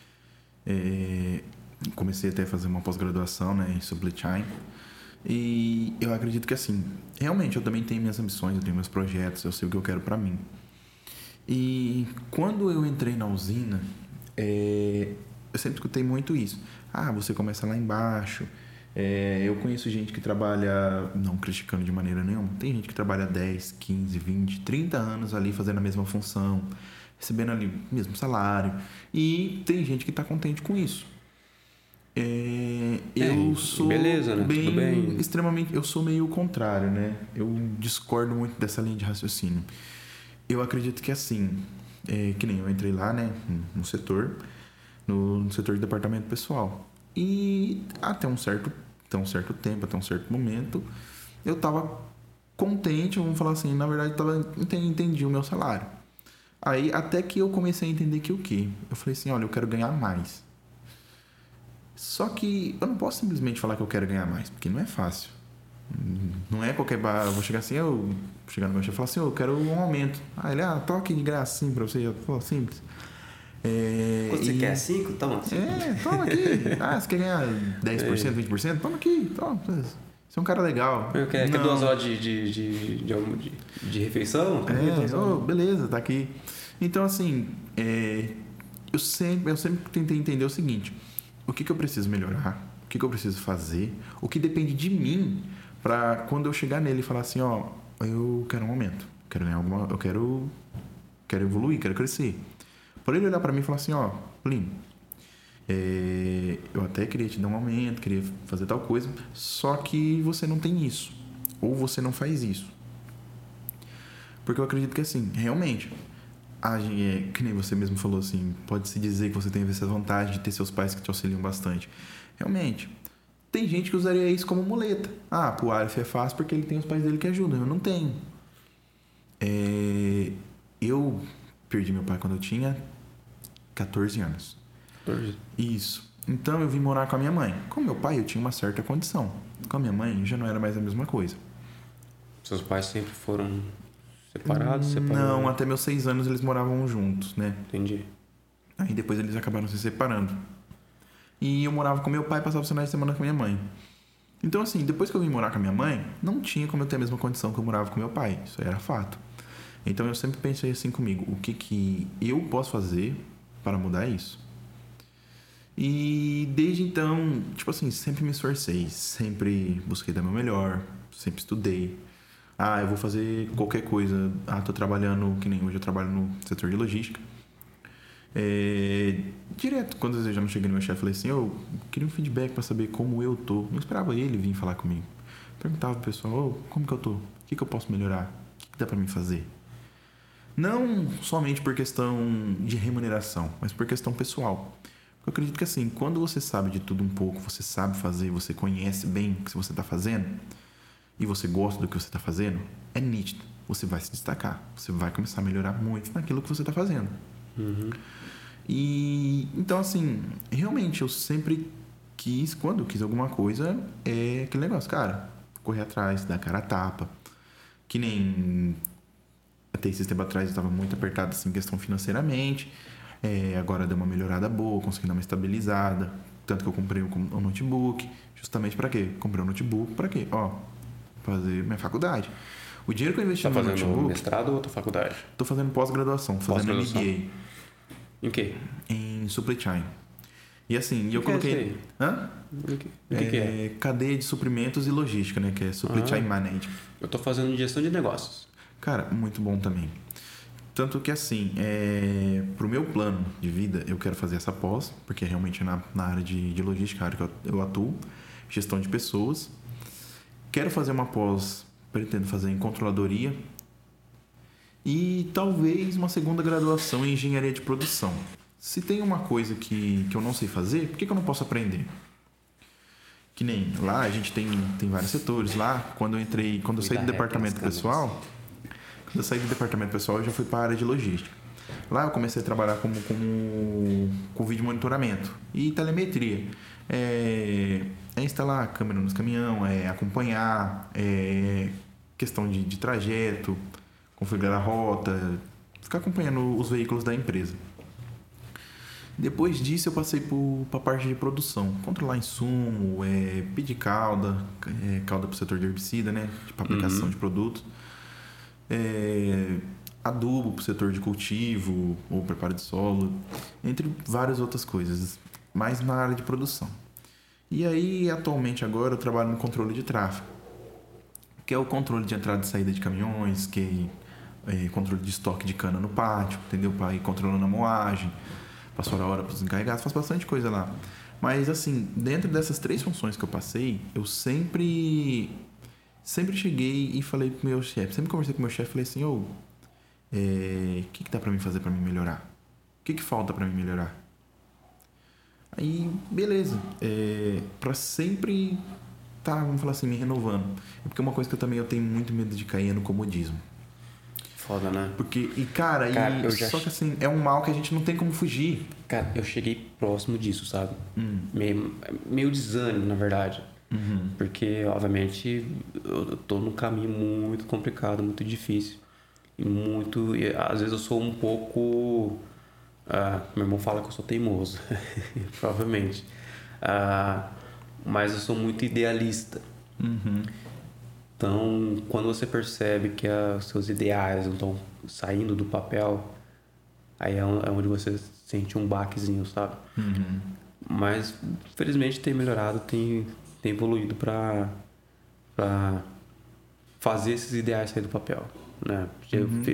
Comecei até a fazer uma pós-graduação, né, em supply chain. E eu acredito que assim, realmente eu também tenho minhas ambições, eu tenho meus projetos, eu sei o que eu quero pra mim. E quando eu entrei na usina, eu sempre escutei muito isso. Você começa lá embaixo. Eu conheço gente que trabalha, não criticando de maneira nenhuma, tem gente que trabalha 10, 15, 20, 30 anos ali fazendo a mesma função, recebendo ali o mesmo salário. E tem gente que está contente com isso. Eu sou beleza, né? Tudo bem. extremamente, eu sou meio o contrário, né? Eu discordo muito dessa linha de raciocínio. Eu acredito que assim, que nem eu entrei lá, né, no setor de departamento pessoal. E até um certo tempo, até um certo momento, eu tava contente, vamos falar assim, na verdade entendi o meu salário. Aí até que eu comecei a entender que o quê? Eu falei assim, olha, eu quero ganhar mais. Só que eu não posso simplesmente falar que eu quero ganhar mais, porque não é fácil. Não é qualquer bar, eu vou chegar assim, eu chegar no meu chefe e falar assim, eu quero um aumento. Ele, toque de graça assim pra você, simples. Quando você quer 5, toma 5. Toma aqui. Você quer ganhar 10%, 20%? Toma aqui, toma. Você é um cara legal. Quer 2 horas de refeição? Beleza, tá aqui. Então, assim, eu sempre tentei entender o seguinte: o que eu preciso melhorar? O que eu preciso fazer? O que depende de mim pra quando eu chegar nele e falar assim, eu quero um aumento, quero ganhar eu quero evoluir, quero crescer. Por ele olhar pra mim e falar assim, Plínio, Eu até queria te dar um aumento, queria fazer tal coisa, só que você não tem isso. Ou você não faz isso. Porque eu acredito que assim, realmente, que nem você mesmo falou assim, pode-se dizer que você tem essa vantagem de ter seus pais que te auxiliam bastante. Realmente, tem gente que usaria isso como muleta. Ah, pro Aleph é fácil porque ele tem os pais dele que ajudam. Eu não tenho. Eu perdi meu pai quando eu tinha 14 anos. 14. Isso. Então eu vim morar com a minha mãe. Com meu pai eu tinha uma certa condição. Com a minha mãe já não era mais a mesma coisa. Seus pais sempre foram separados? Não, até meus 6 anos eles moravam juntos, né? Entendi. Aí depois eles acabaram se separando. E eu morava com meu pai e passava os finais de semana com minha mãe. Então assim, depois que eu vim morar com a minha mãe, não tinha como eu ter a mesma condição que eu morava com meu pai. Isso era fato. Então eu sempre pensei assim comigo, o que eu posso fazer para mudar isso? E desde então, tipo assim, sempre me esforcei, sempre busquei dar meu melhor, sempre estudei. Eu vou fazer qualquer coisa. Tô trabalhando, que nem hoje eu trabalho no setor de logística. Direto, quando eu já não cheguei no meu chefe, falei assim, eu queria um feedback para saber como eu tô. Eu esperava ele vir falar comigo. Perguntava pro pessoal, como que eu tô? O que eu posso melhorar? O que dá para mim fazer? Não somente por questão de remuneração, mas por questão pessoal. Eu acredito que assim, quando você sabe de tudo um pouco, você sabe fazer, você conhece bem o que você está fazendo e você gosta do que você está fazendo, é nítido. Você vai se destacar, você vai começar a melhorar muito naquilo que você está fazendo. Uhum. E então assim, realmente eu sempre quis, quando eu quis alguma coisa, é aquele negócio, cara, correr atrás, dar cara a tapa. Que nem até esse tempo atrás eu estava muito apertado assim, em questão financeiramente. Agora deu uma melhorada boa, consegui dar uma estabilizada. Tanto que eu comprei um notebook. Justamente para quê? Comprei um notebook para quê? Fazer minha faculdade. O dinheiro que eu investi no meu notebook... Tá fazendo mestrado ou outra faculdade? Tô fazendo pós-graduação, fazendo MBA. Em quê? Em supply chain. E assim, eu coloquei... Hã? O que é? Cadeia de suprimentos e logística, né? Que é supply chain management. Eu tô fazendo gestão de negócios. Cara, muito bom também. Tanto que assim, pro meu plano de vida, eu quero fazer essa pós, porque realmente é na área de logística, a área que eu atuo, gestão de pessoas. Quero fazer uma pós, pretendo fazer em controladoria e talvez uma segunda graduação em engenharia de produção. Se tem uma coisa que eu não sei fazer, por que eu não posso aprender? Que nem lá a gente tem vários setores. Lá, quando eu saí do departamento pessoal... Quando eu saí do departamento pessoal, eu já fui para a área de logística. Lá eu comecei a trabalhar com vídeo monitoramento e telemetria. Instalar a câmera nos caminhões, acompanhar, questão de trajeto, configurar a rota, ficar acompanhando os veículos da empresa. Depois disso eu passei para a parte de produção, controlar insumo, pedir calda para o setor de herbicida, né, para aplicação de produtos. Adubo para o setor de cultivo ou preparo de solo, entre várias outras coisas, mais na área de produção. E aí, atualmente agora, eu trabalho no controle de tráfego, que é o controle de entrada e saída de caminhões, que é controle de estoque de cana no pátio, entendeu? Para ir controlando a moagem, passar a hora para os encarregados, faz bastante coisa lá. Mas assim, dentro dessas 3 funções que eu passei, eu sempre cheguei e falei pro meu chefe, sempre conversei com o meu chefe e falei assim, o que dá pra mim fazer pra mim melhorar? O que falta pra mim melhorar? Aí, beleza. Pra sempre vamos falar assim, me renovando. Porque uma coisa que eu tenho muito medo de cair é no comodismo. Foda, né? Porque, só que assim, é um mal que a gente não tem como fugir. Cara, eu cheguei próximo disso, sabe? Meio desânimo, na verdade. Uhum. Porque, obviamente, eu tô num caminho muito complicado, muito difícil. E às vezes eu sou um pouco... meu irmão fala que eu sou teimoso, provavelmente. Mas eu sou muito idealista. Uhum. Então, quando você percebe que os seus ideais não estão saindo do papel, aí é onde você sente um baquezinho, sabe? Uhum. Mas, felizmente, tem melhorado, tem evoluído para fazer esses ideais sair do papel, né?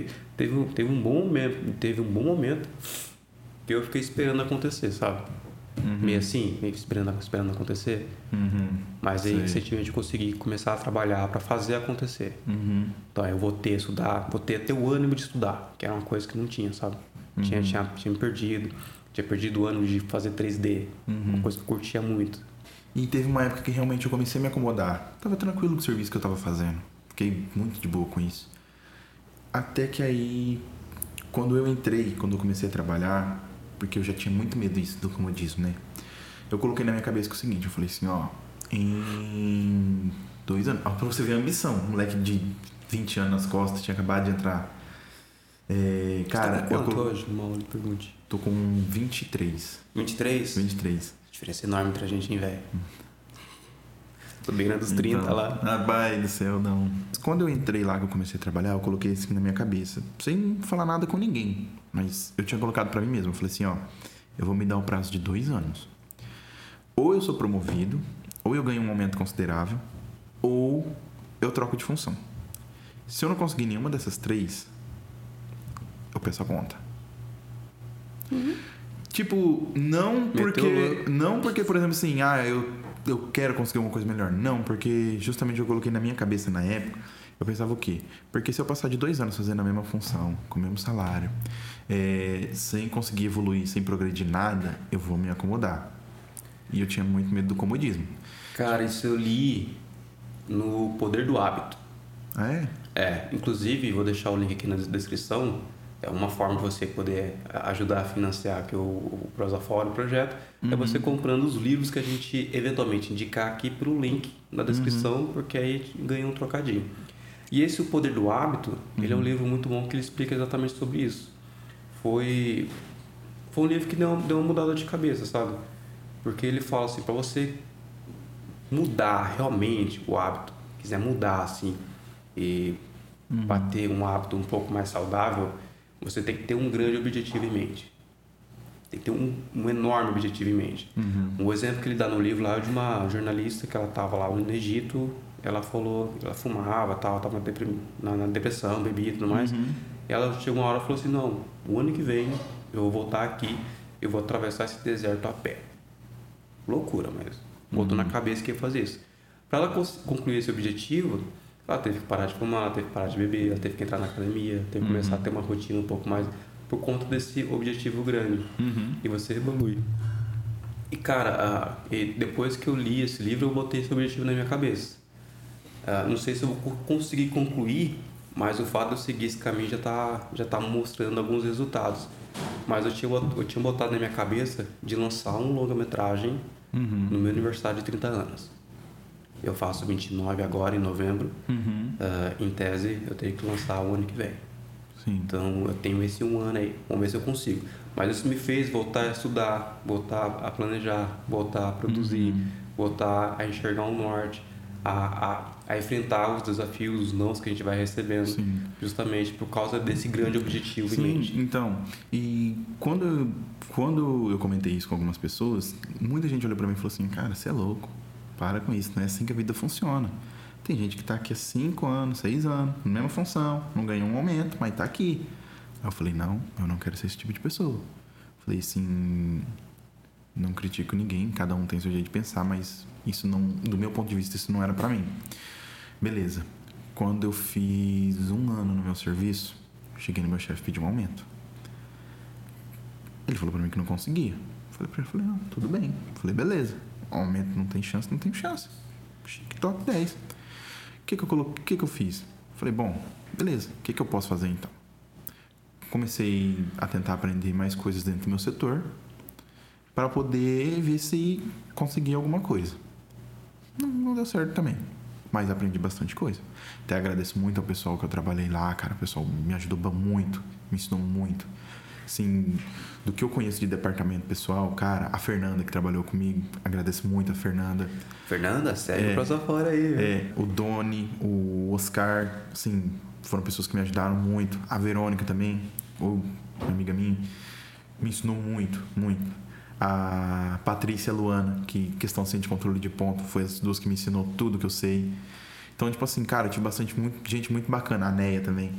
Teve um bom momento que eu fiquei esperando acontecer, sabe? meio assim, meio que esperando acontecer. Mas aí, recentemente, eu consegui começar a trabalhar para fazer acontecer. Então, aí eu voltei a estudar, voltei a ter o ânimo de estudar, que era uma coisa que não tinha, sabe? Tinha me perdido. Tinha perdido o ânimo de fazer 3D, uma coisa que eu curtia muito. E teve uma época que realmente eu comecei a me acomodar. Tava tranquilo com o serviço que eu tava fazendo. Fiquei muito de boa com isso. Até que aí, quando eu comecei a trabalhar, porque eu já tinha muito medo disso, do comodismo, né? Eu coloquei na minha cabeça que é o seguinte, eu falei assim, ó, em 2 anos, ó, pra você ver a ambição, um moleque de 20 anos nas costas, tinha acabado de entrar. Cara, você tá com quanto hoje? Mal lhe pergunte. Tô com 23. 23? 23. Diferença enorme pra gente, hein, velho? Tô bem na dos 30 então, lá. Pai do céu, não. Quando eu entrei lá, que eu comecei a trabalhar, eu coloquei isso aqui na minha cabeça, sem falar nada com ninguém. Mas eu tinha colocado pra mim mesmo. Eu falei assim, ó, eu vou me dar um prazo de 2 anos. Ou eu sou promovido, ou eu ganho um aumento considerável, ou eu troco de função. Se eu não conseguir nenhuma dessas 3, eu peço a conta. Tipo, não porque, por exemplo, assim, eu quero conseguir uma coisa melhor. Não, porque justamente eu coloquei na minha cabeça na época, eu pensava o quê? Porque se eu passar de 2 anos fazendo a mesma função, com o mesmo salário, sem conseguir evoluir, sem progredir nada, eu vou me acomodar. E eu tinha muito medo do comodismo. Cara, isso eu li no Poder do Hábito. Ah, é? Inclusive, vou deixar o link aqui na descrição. É uma forma de você poder ajudar a financiar aqui o Prosafora, o projeto. É você comprando os livros que a gente eventualmente indicar aqui pro link na descrição, porque aí ganha um trocadinho. E esse O Poder do Hábito, ele é um livro muito bom que ele explica exatamente sobre isso. Foi um livro que deu uma mudada de cabeça, sabe? Porque ele fala assim, para você mudar realmente o hábito, quiser mudar assim e bater um hábito um pouco mais saudável, você tem que ter um grande objetivo em mente. Tem que ter um enorme objetivo em mente. Um exemplo que ele dá no livro lá é de uma jornalista que ela estava lá no Egito, ela falou, ela fumava, estava na depressão, bebia e tudo mais. E ela chegou uma hora e falou assim, não, o ano que vem eu vou voltar aqui, eu vou atravessar esse deserto a pé. Loucura, mas botou na cabeça que ia fazer isso. Para ela concluir esse objetivo, ela teve que parar de fumar, ela teve que parar de beber, ela teve que entrar na academia, teve que começar a ter uma rotina um pouco mais por conta desse objetivo grande. E você evolui. E cara, depois que eu li esse livro, eu botei esse objetivo na minha cabeça. Não sei se eu vou conseguir concluir, mas o fato de eu seguir esse caminho já tá mostrando alguns resultados. Mas eu tinha botado na minha cabeça de lançar um longa-metragem no meu aniversário de 30 anos. Eu faço 29 agora, em novembro. Em tese, eu tenho que lançar o ano que vem. Sim. Então, eu tenho esse 1 ano aí. Vamos ver se eu consigo. Mas isso me fez voltar a estudar, voltar a planejar, voltar a produzir, voltar a enxergar um norte, a enfrentar os desafios, os nãos que a gente vai recebendo. Sim. Justamente por causa desse grande objetivo em mente. Então, e quando eu comentei isso com algumas pessoas, muita gente olhou pra mim e falou assim, cara, você é louco, para com isso, não é assim que a vida funciona. Tem gente que tá aqui há 5 anos, 6 anos, na mesma função, não ganhou um aumento, mas tá aqui. Aí eu falei, não, eu não quero ser esse tipo de pessoa. Falei assim, não critico ninguém, cada um tem seu jeito de pensar, mas isso não, do meu ponto de vista, isso não era pra mim. Beleza. Quando eu fiz 1 ano no meu serviço, cheguei no meu chefe e pedi um aumento. Ele falou pra mim que não conseguia. Falei pra ele, não, tudo bem. Falei, beleza. Aumento não tem chance, não tem chance. Chique, top 10. O que eu fiz? Falei, bom, beleza. O que eu posso fazer então? Comecei a tentar aprender mais coisas dentro do meu setor para poder ver se conseguia alguma coisa. Não deu certo também. Mas aprendi bastante coisa. Até agradeço muito ao pessoal que eu trabalhei lá, cara. O pessoal me ajudou muito, me ensinou muito. Assim, do que eu conheço de departamento pessoal, cara, a Fernanda que trabalhou comigo, agradeço muito a Fernanda. Fernanda, segue pra só fora aí. O Doni, o Oscar, assim, foram pessoas que me ajudaram muito. A Verônica também, uma amiga minha, me ensinou muito, muito. A Patrícia e a Luana, que questão assim, de controle de ponto, foi as duas que me ensinou tudo que eu sei. Então, tipo assim, cara, eu tive gente muito bacana. A Neia também,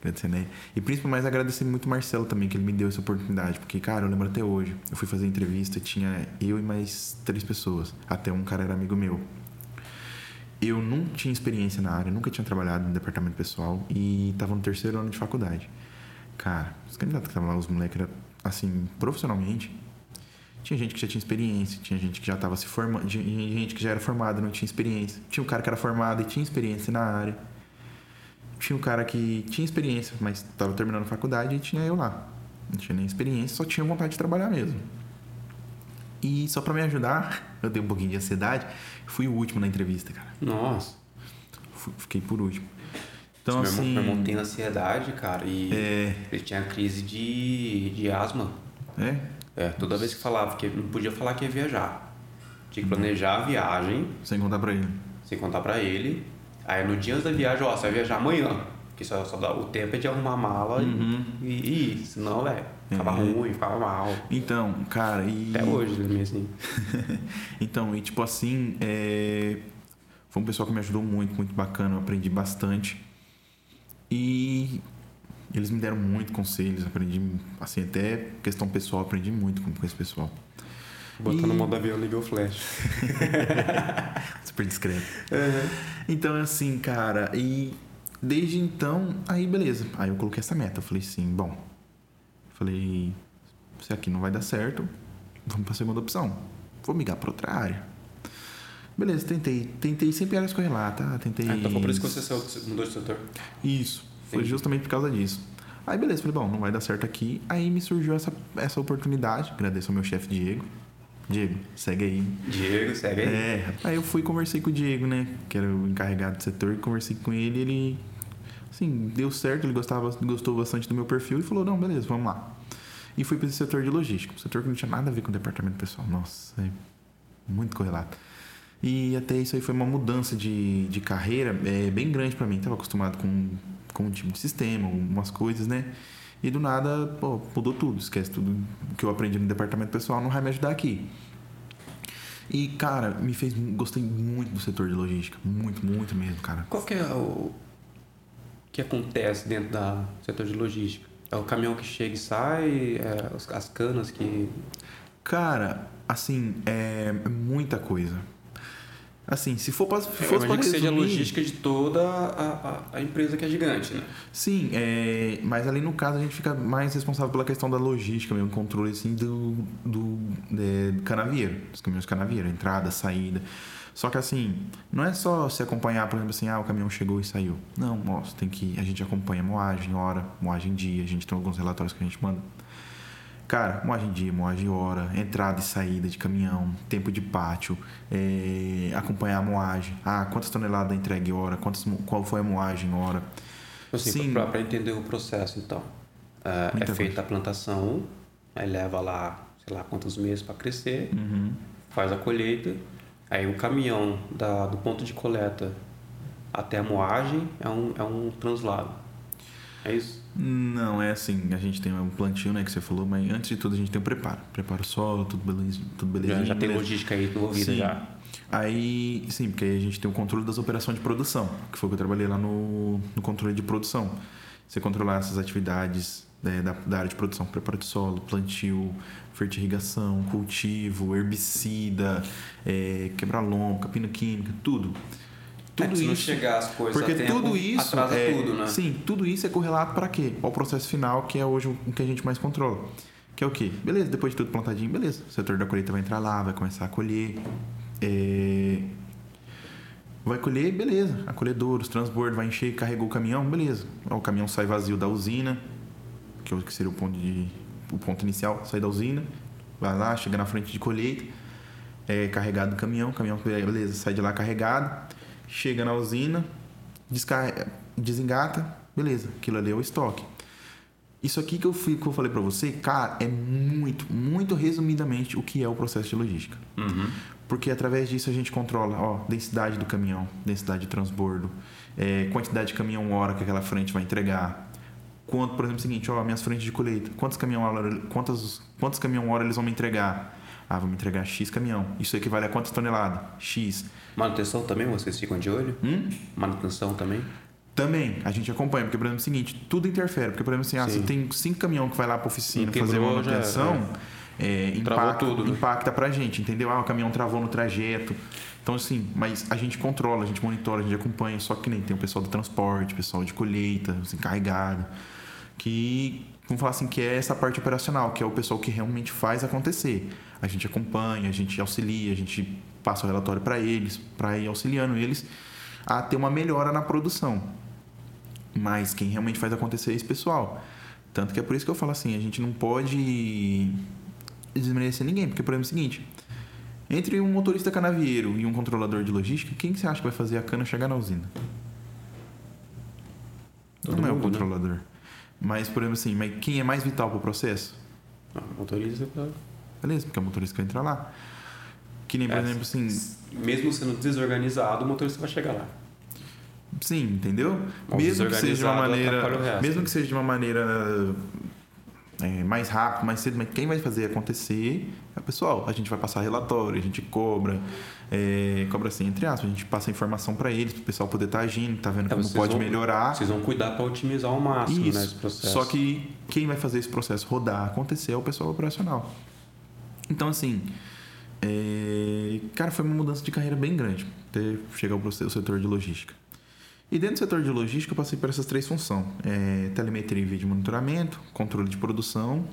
Agradecer, né? E principalmente agradecer muito o Marcelo também, que ele me deu essa oportunidade. Porque, cara, eu lembro até hoje. Eu fui fazer entrevista, tinha eu e mais 3 pessoas. Até um cara era amigo meu. Eu não tinha experiência na área, nunca tinha trabalhado no departamento pessoal e tava no 3º ano de faculdade. Cara, os candidatos que estavam lá, os moleques, eram assim, profissionalmente. Tinha gente que já tinha experiência, tinha gente que já estava se formando, tinha gente que já era formada e não tinha experiência. Tinha um cara que era formado e tinha experiência na área. Tinha um cara que tinha experiência, mas estava terminando a faculdade e tinha eu lá. Não tinha nem experiência, só tinha vontade de trabalhar mesmo. E só pra me ajudar, eu dei um pouquinho de ansiedade, fui o último na entrevista, cara. Nossa. Fiquei por último. Então, Meu irmão tem ansiedade, cara, e ele tinha crise de asma. Toda vez que falava que não podia falar que ia viajar. Tinha que planejar a viagem. Sem contar pra ele. Aí no dia antes da viagem, você vai viajar amanhã. Que só dá o tempo é de arrumar a mala e ir. Senão, ficava ruim, ficava mal. Então, cara, até hoje, né, assim. Então, e tipo assim, foi um pessoal que me ajudou muito, muito bacana. Eu aprendi bastante. E eles me deram muito conselhos. Aprendi, assim, até questão pessoal, aprendi muito com esse pessoal. Botando no modo avião, liga o flash. Super discreto. Então, assim, cara, e desde então, aí beleza. Aí eu coloquei essa meta. Eu falei assim, se aqui não vai dar certo, vamos pra segunda opção. Vou migrar pra outra área. Beleza, tentei sempre áreas correlatas, tá? Então foi por isso que você mudou de setor? Isso, foi justamente por causa disso. Aí beleza, falei, não vai dar certo aqui. Aí me surgiu essa oportunidade. Agradeço ao meu chefe Diego, segue aí. Diego, segue aí. Aí eu fui e conversei com o Diego, né? Que era o encarregado do setor. E conversei com ele e ele... Assim, deu certo. Ele gostou bastante do meu perfil. E falou, não, beleza, vamos lá. E fui para esse setor de logística. Um setor que não tinha nada a ver com o departamento pessoal. Nossa, muito correlato. E até isso aí foi uma mudança de carreira bem grande para mim. Tava acostumado com um tipo de sistema, umas coisas, né? E do nada, mudou tudo. Esquece tudo que eu aprendi no departamento pessoal, não vai me ajudar aqui. E, cara, gostei muito do setor de logística. Muito, muito mesmo, cara. Qual que é o que acontece dentro do setor de logística? É o caminhão que chega e sai? As canas que... Cara, assim, é muita coisa. Assim, se fosse para resumir... que seja a logística de toda a empresa que é gigante, né? Sim, mas ali no caso a gente fica mais responsável pela questão da logística mesmo, controle assim, do canavieiro, dos caminhões canavieiro, entrada, saída. Só que assim, não é só se acompanhar, por exemplo assim, o caminhão chegou e saiu. Não, a gente acompanha moagem, hora, moagem dia, a gente tem alguns relatórios que a gente manda. Cara, moagem dia, moagem hora, entrada e saída de caminhão, tempo de pátio, acompanhar a moagem. Quantas toneladas entregue hora, qual foi a moagem hora. Assim, para entender o processo, então. Feita a plantação, aí leva lá, sei lá, quantos meses para crescer, faz a colheita, aí o caminhão do ponto de coleta até a moagem é um translado. É isso? Não, é assim, a gente tem um plantio, né, que você falou, mas antes de tudo a gente tem o preparo o solo, tudo beleza. Já tem logística aí envolvida já. Aí, sim, porque aí a gente tem o controle das operações de produção, que foi o que eu trabalhei lá no controle de produção. Você controlar essas atividades da área de produção, preparo de solo, plantio, fertirrigação, cultivo, herbicida, quebra-lombo, capina química, tudo. Tudo isso, não chegar as coisas porque a tempo, tudo isso atrasa tudo, né? Sim, tudo isso é correlato para quê? Ao processo final, que é hoje o que a gente mais controla. Que é o quê? Beleza, depois de tudo plantadinho, beleza. O setor da colheita vai entrar lá, vai começar a colher. Vai colher, beleza. Acolhedor, os transbordos, vai encher, carregou o caminhão, beleza. O caminhão sai vazio da usina, que seria o ponto inicial, sai da usina, vai lá, chega na frente de colheita, carregado do caminhão, beleza, sai de lá carregado. Chega na usina, desengata, beleza, aquilo ali é o estoque. Isso aqui que eu falei pra você, cara, é muito, muito resumidamente o que é o processo de logística. Porque através disso a gente controla, densidade do caminhão, densidade de transbordo, quantidade de caminhão hora que aquela frente vai entregar. Por exemplo, é o seguinte, minhas frentes de colheita, quantos caminhão hora eles vão me entregar? Vou me entregar X caminhão. Isso equivale a quantas toneladas? X. Manutenção também, vocês ficam de olho? Manutenção também? Também, a gente acompanha, porque, por exemplo, é o seguinte, tudo interfere. Porque, por exemplo, assim, Sim. você tem 5 caminhões que vai lá pra oficina Quebrou, fazer uma já manutenção, Travou tudo, né? impacta pra gente, entendeu? O caminhão travou no trajeto. Então, assim, mas a gente controla, a gente monitora, a gente acompanha. Só que nem tem o pessoal do transporte, o pessoal de colheita, os encarregados, que, vamos falar assim, que é essa parte operacional, que é o pessoal que realmente faz acontecer. A gente acompanha, a gente auxilia, a gente passa o relatório para eles, para ir auxiliando eles a ter uma melhora na produção. Mas quem realmente faz acontecer é esse pessoal. Tanto que é por isso que eu falo assim, a gente não pode desmerecer ninguém. Porque, por exemplo, é o seguinte, entre um motorista canavieiro e um controlador de logística, quem que você acha que vai fazer a cana chegar na usina? Não é o controlador. Né? Mas, por exemplo, assim, mas quem é mais vital para o processo? O motorista, claro. Beleza, porque é o motorista que vai entrar lá. Que nem, por exemplo, assim... Mesmo sendo desorganizado, o motorista vai chegar lá. Sim, entendeu? Ou Mesmo que seja de uma maneira... resto, mesmo que seja de uma maneira mais rápida, mais cedo, mas quem vai fazer acontecer é o pessoal. A gente vai passar relatório, a gente cobra assim, entre aspas, a gente passa informação para eles, para o pessoal poder estar agindo, tá vendo como pode melhorar. Vocês vão cuidar para otimizar ao máximo, né, esse processo. Só que quem vai fazer esse processo rodar, acontecer, é o pessoal operacional. Então, assim, cara, foi uma mudança de carreira bem grande até chegar ao setor de logística. E dentro do setor de logística eu passei por essas 3 funções. Telemetria e vídeo monitoramento, controle de produção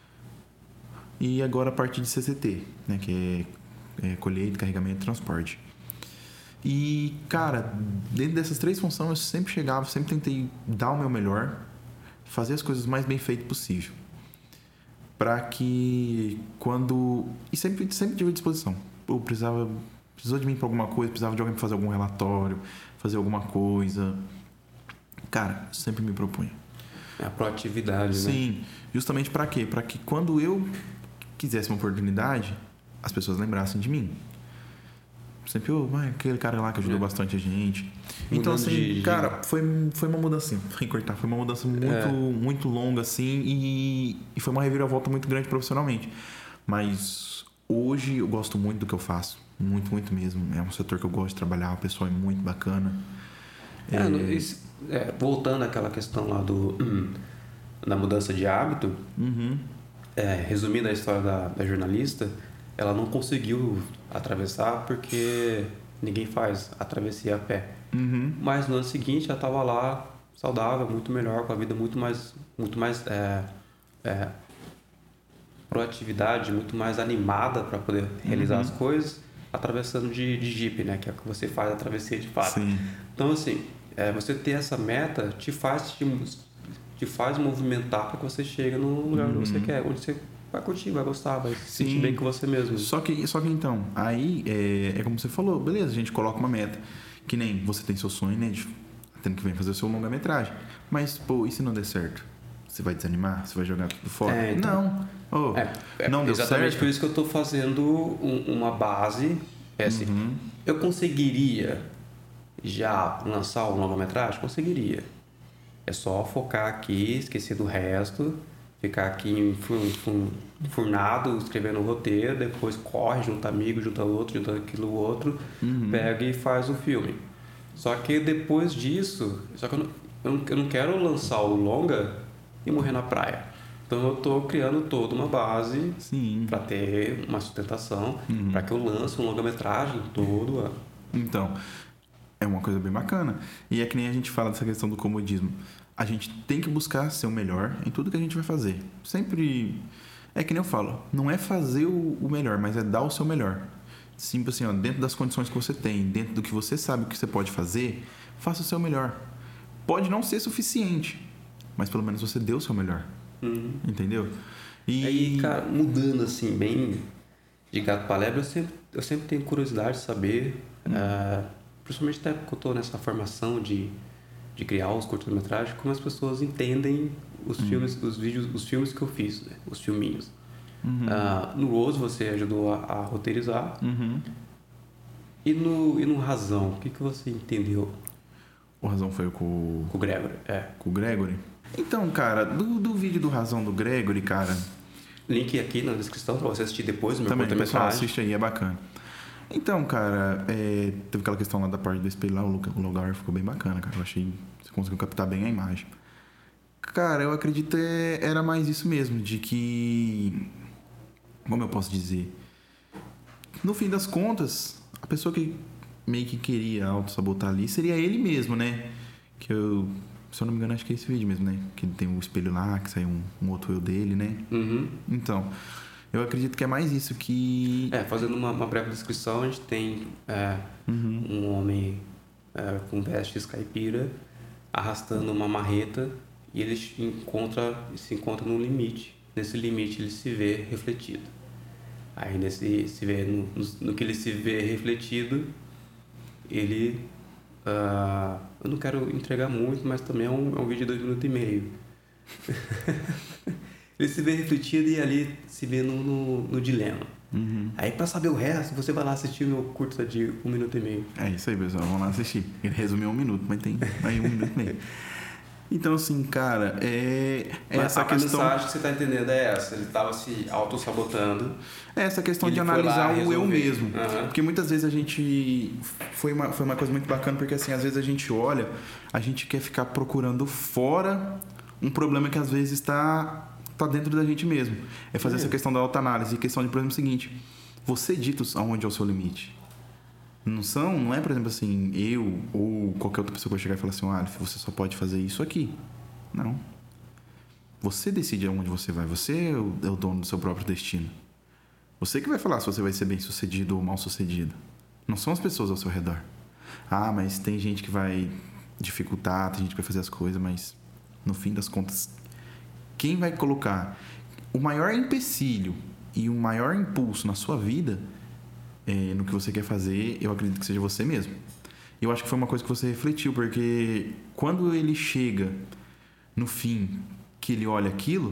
e agora a parte de CCT, né, que é colheita, carregamento e transporte. E, cara, dentro dessas 3 funções eu sempre chegava, sempre tentei dar o meu melhor, fazer as coisas mais bem feitas possível. Para que quando... E sempre tive à disposição. Precisou de mim para alguma coisa, precisava de alguém para fazer algum relatório, fazer alguma coisa. Cara, sempre me propunha. É a proatividade, né? Sim, justamente para quê? Para que quando eu quisesse uma oportunidade, as pessoas lembrassem de mim. Sempre, aquele cara lá que ajudou bastante a gente. Então, assim, cara, foi uma mudança, assim, foi uma mudança muito longa, assim, e foi uma reviravolta muito grande profissionalmente. Mas hoje eu gosto muito do que eu faço. Muito, muito mesmo. É um setor que eu gosto de trabalhar, o pessoal é muito bacana. Voltando àquela questão lá da mudança de hábito, resumindo a história da jornalista, ela não conseguiu atravessar porque ninguém faz a travessia a pé. Mas no ano seguinte ela estava lá, saudável, muito melhor, com a vida muito mais proatividade, muito mais animada para poder realizar as coisas, atravessando de Jeep, né? Que é o que você faz a travessia de fato. Sim. Então, assim, você ter essa meta te faz movimentar para que você chegue no lugar onde você quer, onde você vai curtir, vai gostar, vai se sentir bem com você mesmo. Só que então, aí é como você falou, beleza, a gente coloca uma meta. Que nem você tem seu sonho, né? De tendo que vem fazer o seu longa-metragem. Mas, pô, e se não der certo? Você vai desanimar? Você vai jogar tudo fora? Então, não. Não deu exatamente certo? por isso que eu estou fazendo uma base. Assim, eu conseguiria já lançar um longa-metragem? Conseguiria. É só focar aqui, esquecer do resto, ficar aqui enfurnado, escrevendo o roteiro, depois corre, junta amigo, junta outro, junta aquilo outro, pega e faz o filme. Só que depois disso, eu não quero lançar o longa e morrer na praia. Então eu estou criando toda uma base para ter uma sustentação, para que eu lance um longa-metragem todo ano. Então, é uma coisa bem bacana. E é que nem a gente fala dessa questão do comodismo. A gente tem que buscar ser o melhor em tudo que a gente vai fazer. Sempre... É que nem eu falo, não é fazer o melhor, mas é dar o seu melhor. Simples assim, dentro das condições que você tem, dentro do que você sabe que você pode fazer, faça o seu melhor. Pode não ser suficiente, mas pelo menos você deu o seu melhor. Entendeu? E aí, cara, mudando assim, bem de gato para lebre, eu sempre tenho curiosidade de saber, principalmente até porque eu estou nessa formação de criar os curtas-metragens, como as pessoas entendem os filmes, os filmes que eu fiz, né? Os filminhos. No Rose você ajudou a roteirizar. E no Razão, o que você entendeu? O Razão foi com o Gregory. Com o Gregory? Então, cara, do vídeo do Razão do Gregory, cara... Link aqui na descrição pra você assistir depois do meu curta-metragem. Também, pessoal, curta-metragem. assiste aí, é bacana. Então, cara, teve aquela questão lá da parte do espelho lá, o lugar ficou bem bacana, cara. Eu achei que você conseguiu captar bem a imagem. Cara, eu acredito era mais isso mesmo, de que... Como eu posso dizer? No fim das contas, a pessoa que meio que queria auto-sabotar ali seria ele mesmo, né? Que eu... Se eu não me engano, acho que é esse vídeo mesmo, né? Que tem um espelho lá, que sai um outro eu dele, né? Uhum. Então, eu acredito que é mais isso que... Fazendo uma breve descrição, a gente tem um homem com vestes caipira arrastando uma marreta e ele se encontra no limite. Nesse limite ele se vê refletido. Aí no que ele se vê refletido, ele... eu não quero entregar muito, mas também é um vídeo de 2 minutos e meio. Ele se vê refletido e ali se vê no dilema. Uhum. Aí pra saber o resto, você vai lá assistir o meu curta de 1 minuto e meio. É isso aí, pessoal. Vamos lá assistir. Ele resumiu 1 minuto, mas tem aí 1 minuto e meio. Então, assim, cara, Mas essa a questão... mensagem que você tá entendendo é essa. Ele tava se auto-sabotando. É essa questão de Ele foi lá analisar o eu resolver. mesmo. Uhum. Porque muitas vezes a gente... Foi uma coisa muito bacana, porque assim, às vezes a gente olha, a gente quer ficar procurando fora um problema que às vezes está dentro da gente mesmo. É fazer essa questão da autoanálise. E questão de, por exemplo, o seguinte: você dita aonde é o seu limite. Não é, por exemplo, assim, eu ou qualquer outra pessoa que vai chegar e falar assim, Aleph, você só pode fazer isso aqui. Não. Você decide aonde você vai. Você é o dono do seu próprio destino. Você que vai falar se você vai ser bem sucedido ou mal sucedido. Não são as pessoas ao seu redor. Ah, mas tem gente que vai dificultar, tem gente que vai fazer as coisas, mas no fim das contas, quem vai colocar o maior empecilho e o maior impulso na sua vida, no que você quer fazer, eu acredito que seja você mesmo. E eu acho que foi uma coisa que você refletiu, porque quando ele chega no fim, que ele olha aquilo,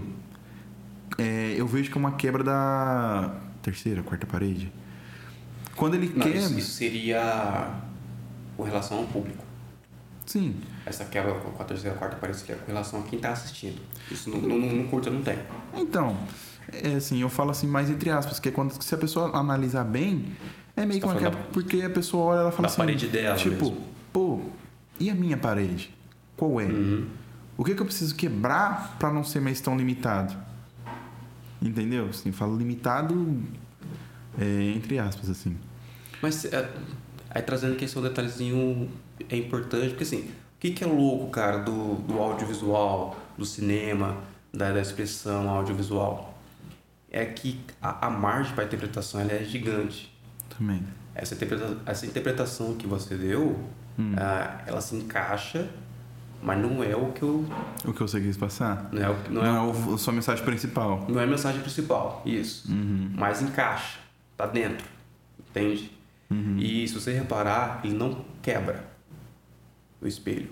eu vejo que é uma quebra da terceira, quarta parede. Quando ele quebra... Isso seria com relação ao público. Sim. Essa quebra com a terceira, quarta parede seria com relação a quem tá assistindo. Isso no curta não tem. Então, assim, eu falo assim mais entre aspas, que é quando, se a pessoa analisar bem, é meio que uma quebra, porque a pessoa olha, ela fala da assim... parede dela tipo, mesmo. pô, e a minha parede? Qual é? Uhum. O que eu preciso quebrar para não ser mais tão limitado? Entendeu? Assim, falo limitado entre aspas, assim. Mas aí trazendo aqui esse detalhezinho é importante, porque assim, o que é louco, cara, do audiovisual, do cinema, da expressão audiovisual? É que a margem para a interpretação ela é gigante. Também. Essa interpretação que você deu, ela se encaixa, mas não é o que eu... O que você quis passar? Não é a sua mensagem principal. Não é a mensagem principal, isso. Uhum. Mas encaixa, tá dentro, entende? Uhum. E se você reparar, ele não quebra o espelho.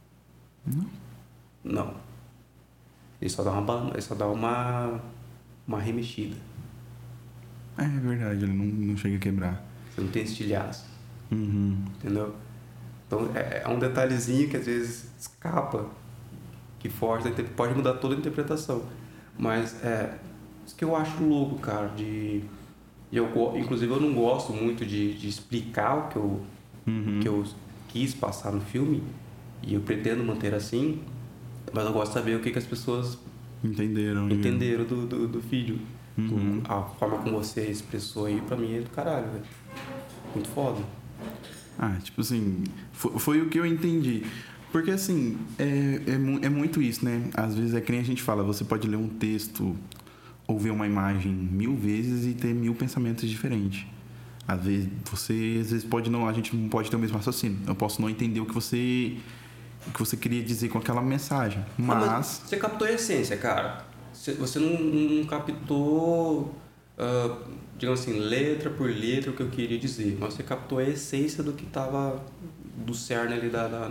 Não. Ele só dá uma remexida. É verdade, ele não chega a quebrar. Você não tem estilhaço, Uhum. entendeu? Então é um detalhezinho que às vezes escapa, que foge, pode mudar toda a interpretação. Mas isso que eu acho louco, cara, inclusive eu não gosto muito de explicar o que eu quis passar no filme, e eu pretendo manter assim, mas eu gosto de saber o que as pessoas entenderam do vídeo. Uhum. A forma como você expressou aí, pra mim, é do caralho, velho. Muito foda. Tipo assim, foi o que eu entendi. Porque assim, é muito isso, né? Às vezes é que nem a gente fala, você pode ler um texto ou ver uma imagem 1000 vezes e ter 1000 pensamentos diferentes. Às vezes pode não, a gente não pode ter o mesmo raciocínio. Eu posso não entender o que você queria dizer com aquela mensagem. Mas você captou a essência, cara. Você não captou, digamos assim, letra por letra o que eu queria dizer. Mas você captou a essência do que tava do cerne ali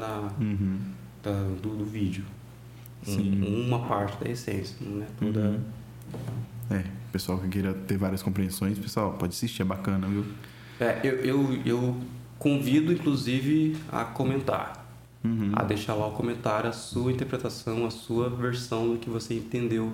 do vídeo. Sim. Uma parte da essência, não é toda... Pessoal que queira ter várias compreensões, pessoal, pode assistir, é bacana, viu? Eu convido, inclusive, a comentar. A deixar lá o comentário, a sua interpretação, a sua versão do que você entendeu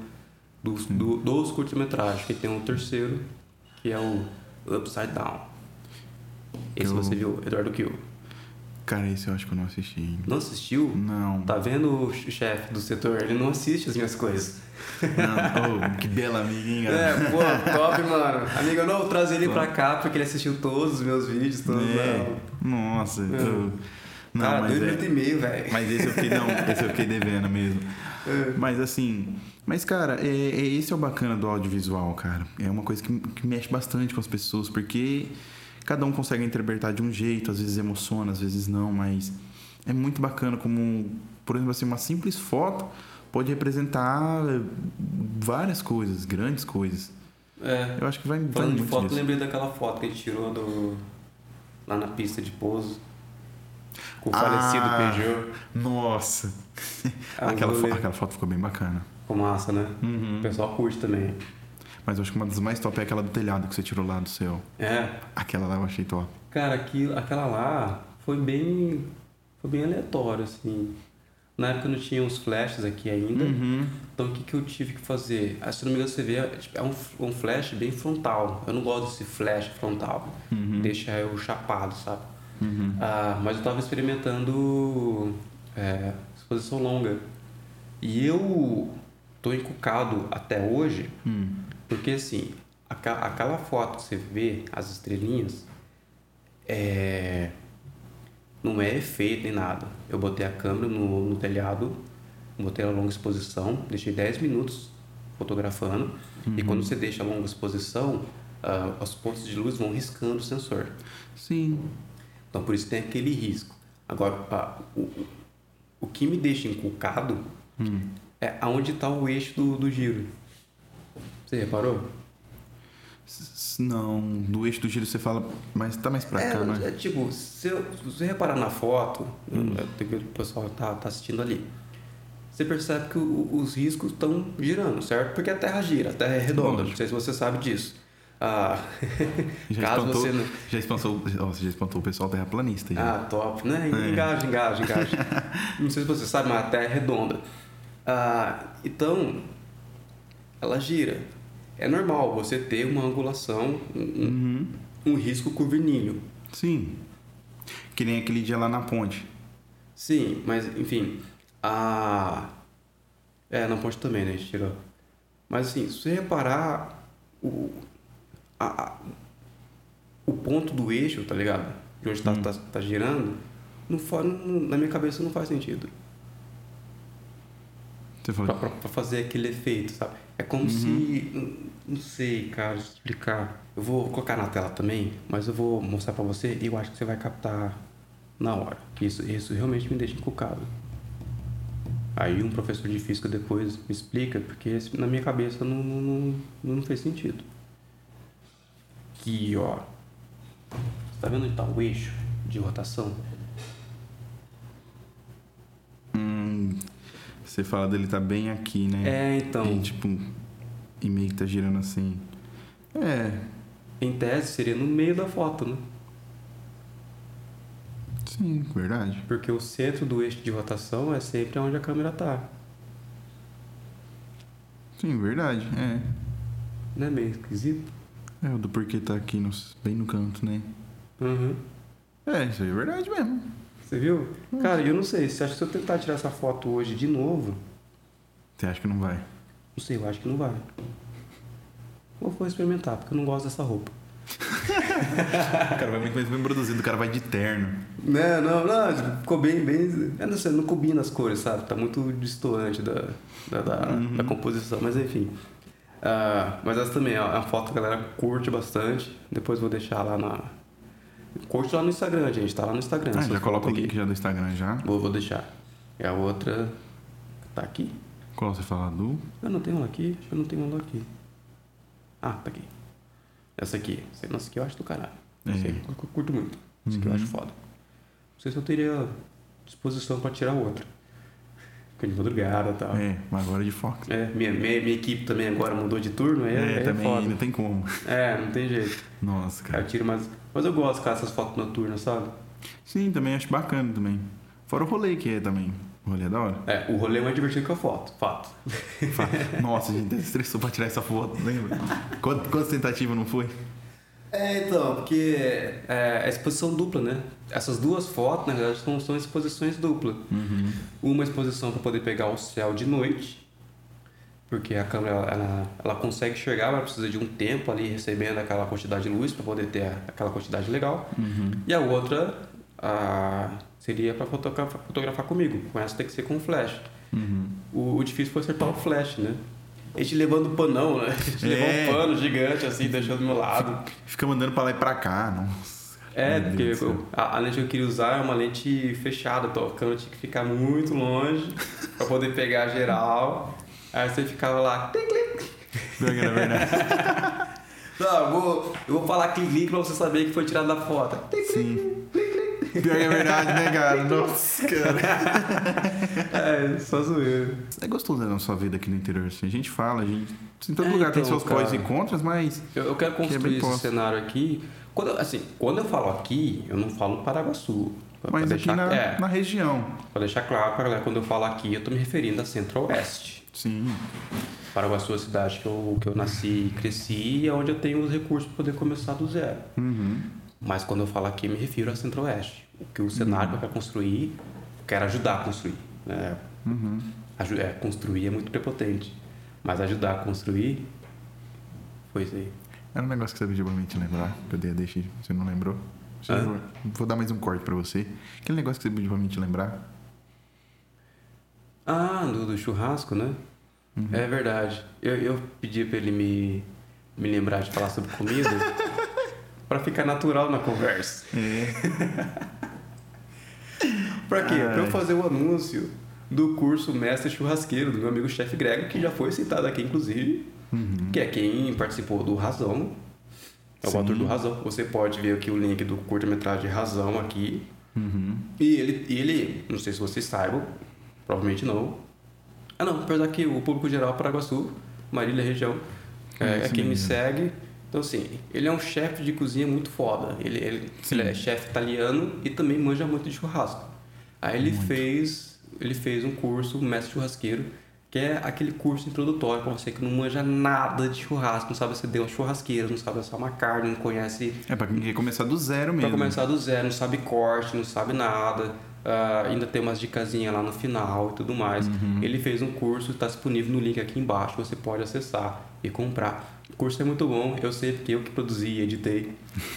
dos curtas-metragens, que tem um terceiro, que é o Upside Down. Esse você viu, Eduardo Kiel. Cara, esse eu acho que eu não assisti ainda. Não assistiu? Não. Tá vendo o chefe do setor? Ele não assiste as minhas coisas. Não. Oh, que bela amiguinha. Pô, top, mano. Amigo, eu não vou trazer ele pra cá porque ele assistiu todos os meus vídeos, todos. Nossa. Não, cara, mas 2 minutos e meio, velho. Mas esse eu fiquei devendo mesmo. Mas assim... Mas, cara, esse é o bacana do audiovisual, cara. É uma coisa que mexe bastante com as pessoas, porque cada um consegue interpretar de um jeito, às vezes emociona, às vezes não, mas é muito bacana como, por exemplo, assim, uma simples foto pode representar várias coisas, grandes coisas. Eu acho que vai Falando de muito foto, disso. lembrei daquela foto que a gente tirou lá na pista de pouso. Com o falecido Peugeot. Nossa! Aquela foto ficou bem bacana. Ficou massa, né? O pessoal curte também. Mas eu acho que uma das mais top é aquela do telhado que você tirou lá do céu. Aquela lá eu achei top. Cara, aquela lá foi bem aleatório, assim. Na época não tinha os flashes aqui ainda. Então o que eu tive que fazer? Se não me engano, você vê, é um flash bem frontal. Eu não gosto desse flash frontal. Deixa eu chapado, sabe? Mas eu tava experimentando exposição longa. E eu tô encucado até hoje, porque assim, aquela foto que você vê, as estrelinhas, não é efeito nem nada. Eu botei a câmera no telhado, botei a longa exposição, deixei 10 minutos fotografando, e quando você deixa a longa exposição, os pontos de luz vão riscando o sensor. Sim. Então por isso tem aquele risco. Agora, o que me deixa encucado é aonde está o eixo do giro. Você reparou? Não, do eixo do giro você fala, mas tá mais pra cá, né? Tipo, se você reparar na foto, o pessoal tá assistindo ali, você percebe que os riscos estão girando, certo? Porque a Terra gira, a Terra é redonda. Lógico. Não sei se você sabe disso. Já espantou o pessoal terraplanista. Top, né? Engaja. Não sei se você sabe, mas a Terra é redonda. Então, ela gira. É normal você ter uma angulação, um risco curvilíneo. Sim. Que nem aquele dia lá na ponte. Sim, mas enfim. Na ponte também, né? A gente tirou. Mas assim, se você reparar, o ponto do eixo, tá ligado? De onde tá girando, na minha cabeça não faz sentido. Você falou... Pra fazer aquele efeito, sabe? É como se... Não sei, cara, explicar. Eu vou colocar na tela também, mas eu vou mostrar pra você e eu acho que você vai captar na hora. Isso realmente me deixa encucado. Aí um professor de física depois me explica, porque na minha cabeça não fez sentido. Aqui, ó. Tá vendo onde tá o eixo de rotação? Você fala dele tá bem aqui, né? Então. E meio que tá girando assim. Em tese seria no meio da foto, né? Sim, verdade. Porque o centro do eixo de rotação é sempre onde a câmera tá. Sim, verdade, Não é meio esquisito? O do porquê tá aqui bem no canto, né? Isso aí é verdade mesmo. Você viu? Cara, eu não sei. Você acha que se eu tentar tirar essa foto hoje de novo... Você acha que não vai? Não sei, eu acho que não vai. Ou vou experimentar, porque eu não gosto dessa roupa. O cara vai muito mais bem produzido, o cara vai de terno. Não, ficou bem... Eu não sei, não combina as cores, sabe? Tá muito destoante da composição, mas enfim. Mas essa também é uma foto que a galera curte bastante. Depois vou deixar lá curte lá no Instagram, gente. Tá lá no Instagram. Já coloca o link já do Instagram já. Vou deixar. E a outra tá aqui. Qual você fala do? Eu não tenho ela aqui. Eu não tenho ela aqui. Tá aqui. Essa aqui. Nossa, aqui eu acho do caralho. Eu curto muito. Essa aqui eu acho foda. Não sei se eu teria disposição pra tirar outra. Fica de madrugada e tal. Mas agora é de Fox. Minha equipe também agora mudou de turno. Aí também foda. não tem como. Não tem jeito. Nossa, cara. Eu tiro mais... Mas eu gosto, cara, dessas fotos noturnas, sabe? Sim, também acho bacana também. Fora o rolê que é também. O rolê é da hora. O rolê é mais divertido que a foto, fato. Nossa, a gente estressou pra tirar essa foto, lembra? Quantas tentativas não foi? Então, porque é exposição dupla, né? Essas duas fotos, na verdade, são exposições duplas. Uma exposição para poder pegar o céu de noite, porque a câmera ela consegue enxergar, mas precisa de um tempo ali recebendo aquela quantidade de luz para poder ter aquela quantidade legal. E a outra seria para fotografar comigo. Com essa tem que ser com flash. O difícil foi acertar o flash, né? A gente levando panão, né? A gente levou um pano gigante assim, deixando do meu lado. Fica mandando pra lá e pra cá, nossa. Porque a lente que eu queria usar é uma lente fechada, então a câmera tinha que ficar muito longe pra poder pegar geral. Aí você ficava lá, clic, clic. Na verdade. Não, eu vou falar clic pra você saber que foi tirado da foto. Clic, Sim. clic, clic. Pior que é verdade, né, cara? Nossa, cara. Só zoeira. É gostoso, né, na sua vida aqui no interior, assim. A gente fala, em todo lugar então, tem seus cara, prós e contras, mas... Eu quero construir esse cenário aqui. Quando eu falo aqui, eu não falo Paraguaçu. Mas aqui na região. Pra deixar claro pra galera, quando eu falo aqui, eu tô me referindo a Centro-Oeste. Sim. Paraguaçu é a cidade que eu nasci e cresci e é onde eu tenho os recursos para poder começar do zero. Mas quando eu falo aqui, eu me refiro a Centro-Oeste. O cenário que eu quero construir, eu quero ajudar a construir. Né? Construir é muito prepotente, mas ajudar a construir foi isso aí. Era um negócio que você pediu pra mim te lembrar, que eu dei a deixa, você não lembrou? Vou dar mais um corte pra você. Aquele negócio que você pediu pra mim te lembrar. Do churrasco, né? É verdade. Eu pedi pra ele me lembrar de falar sobre comida pra ficar natural na conversa. Pra quê? Pra eu fazer o anúncio do curso Mestre Churrasqueiro do meu amigo chefe Grego, que já foi citado aqui, inclusive, que é quem participou do Razão. É o autor do Razão. Você pode ver aqui o link do curta-metragem Razão aqui. E ele, não sei se vocês saibam, provavelmente não. Não, apesar que o público geral Paraguaçu, Marília região, é quem me segue. Então, assim, ele é um chefe de cozinha muito foda. Ele é chefe italiano e também manja muito de churrasco. Aí ele fez um curso, Mestre Churrasqueiro, que é aquele curso introdutório para você que não manja nada de churrasco, não sabe acender uma churrasqueira, não sabe assar uma carne, não conhece... Pra quem quer começar do zero mesmo. Pra começar do zero, não sabe corte, não sabe nada. Ainda tem umas dicasinhas lá no final e tudo mais. Ele fez um curso, está disponível no link aqui embaixo, você pode acessar e comprar. O curso é muito bom, eu sei porque eu que produzi e editei.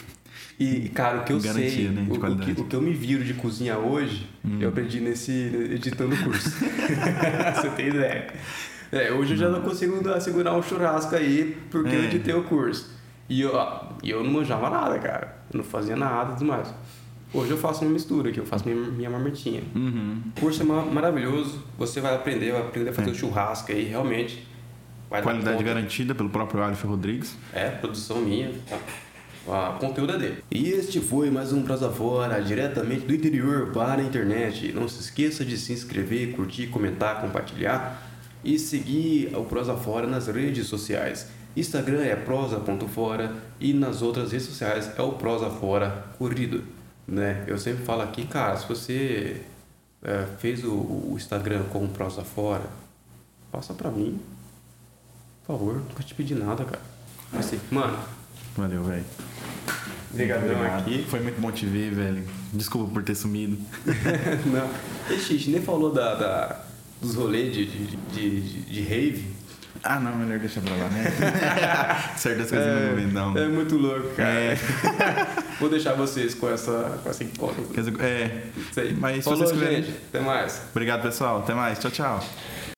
E, cara, o que eu sei, né, o que eu me viro de cozinha hoje, eu aprendi editando o curso. Você tem ideia. Hoje eu já não consigo segurar um churrasco aí, porque eu editei o curso. E eu não manjava nada, cara. Eu não fazia nada e tudo mais. Hoje eu faço uma mistura aqui, eu faço minha marmitinha. O curso é maravilhoso, você vai aprender a fazer o churrasco aí, realmente. Qualidade garantida pelo próprio Alif Rodrigues. Produção minha, tá? A conteúdo é dele. E este foi mais um Prosa Fora, diretamente do interior para a internet. Não se esqueça de se inscrever, curtir, comentar, compartilhar e seguir o Prosa Fora nas redes sociais. Instagram é prosa.fora e nas outras redes sociais é o Prosa Fora Corrido. Né? Eu sempre falo aqui, cara, se você fez o Instagram com o Prosa Fora, passa pra mim, por favor, nunca te pedi nada, cara. Assim, mano. Valeu, velho. Obrigadão aqui. Foi muito bom te ver, velho. Desculpa por ter sumido. Não. A gente nem falou dos rolês de rave. Não, melhor deixar pra lá, né? Certas coisas não vem, não. É muito louco, cara. Vou deixar vocês com essa incógnita. Isso aí. Mas se falou, vocês quiserem... gente. Até mais. Obrigado, pessoal. Até mais. Tchau, tchau.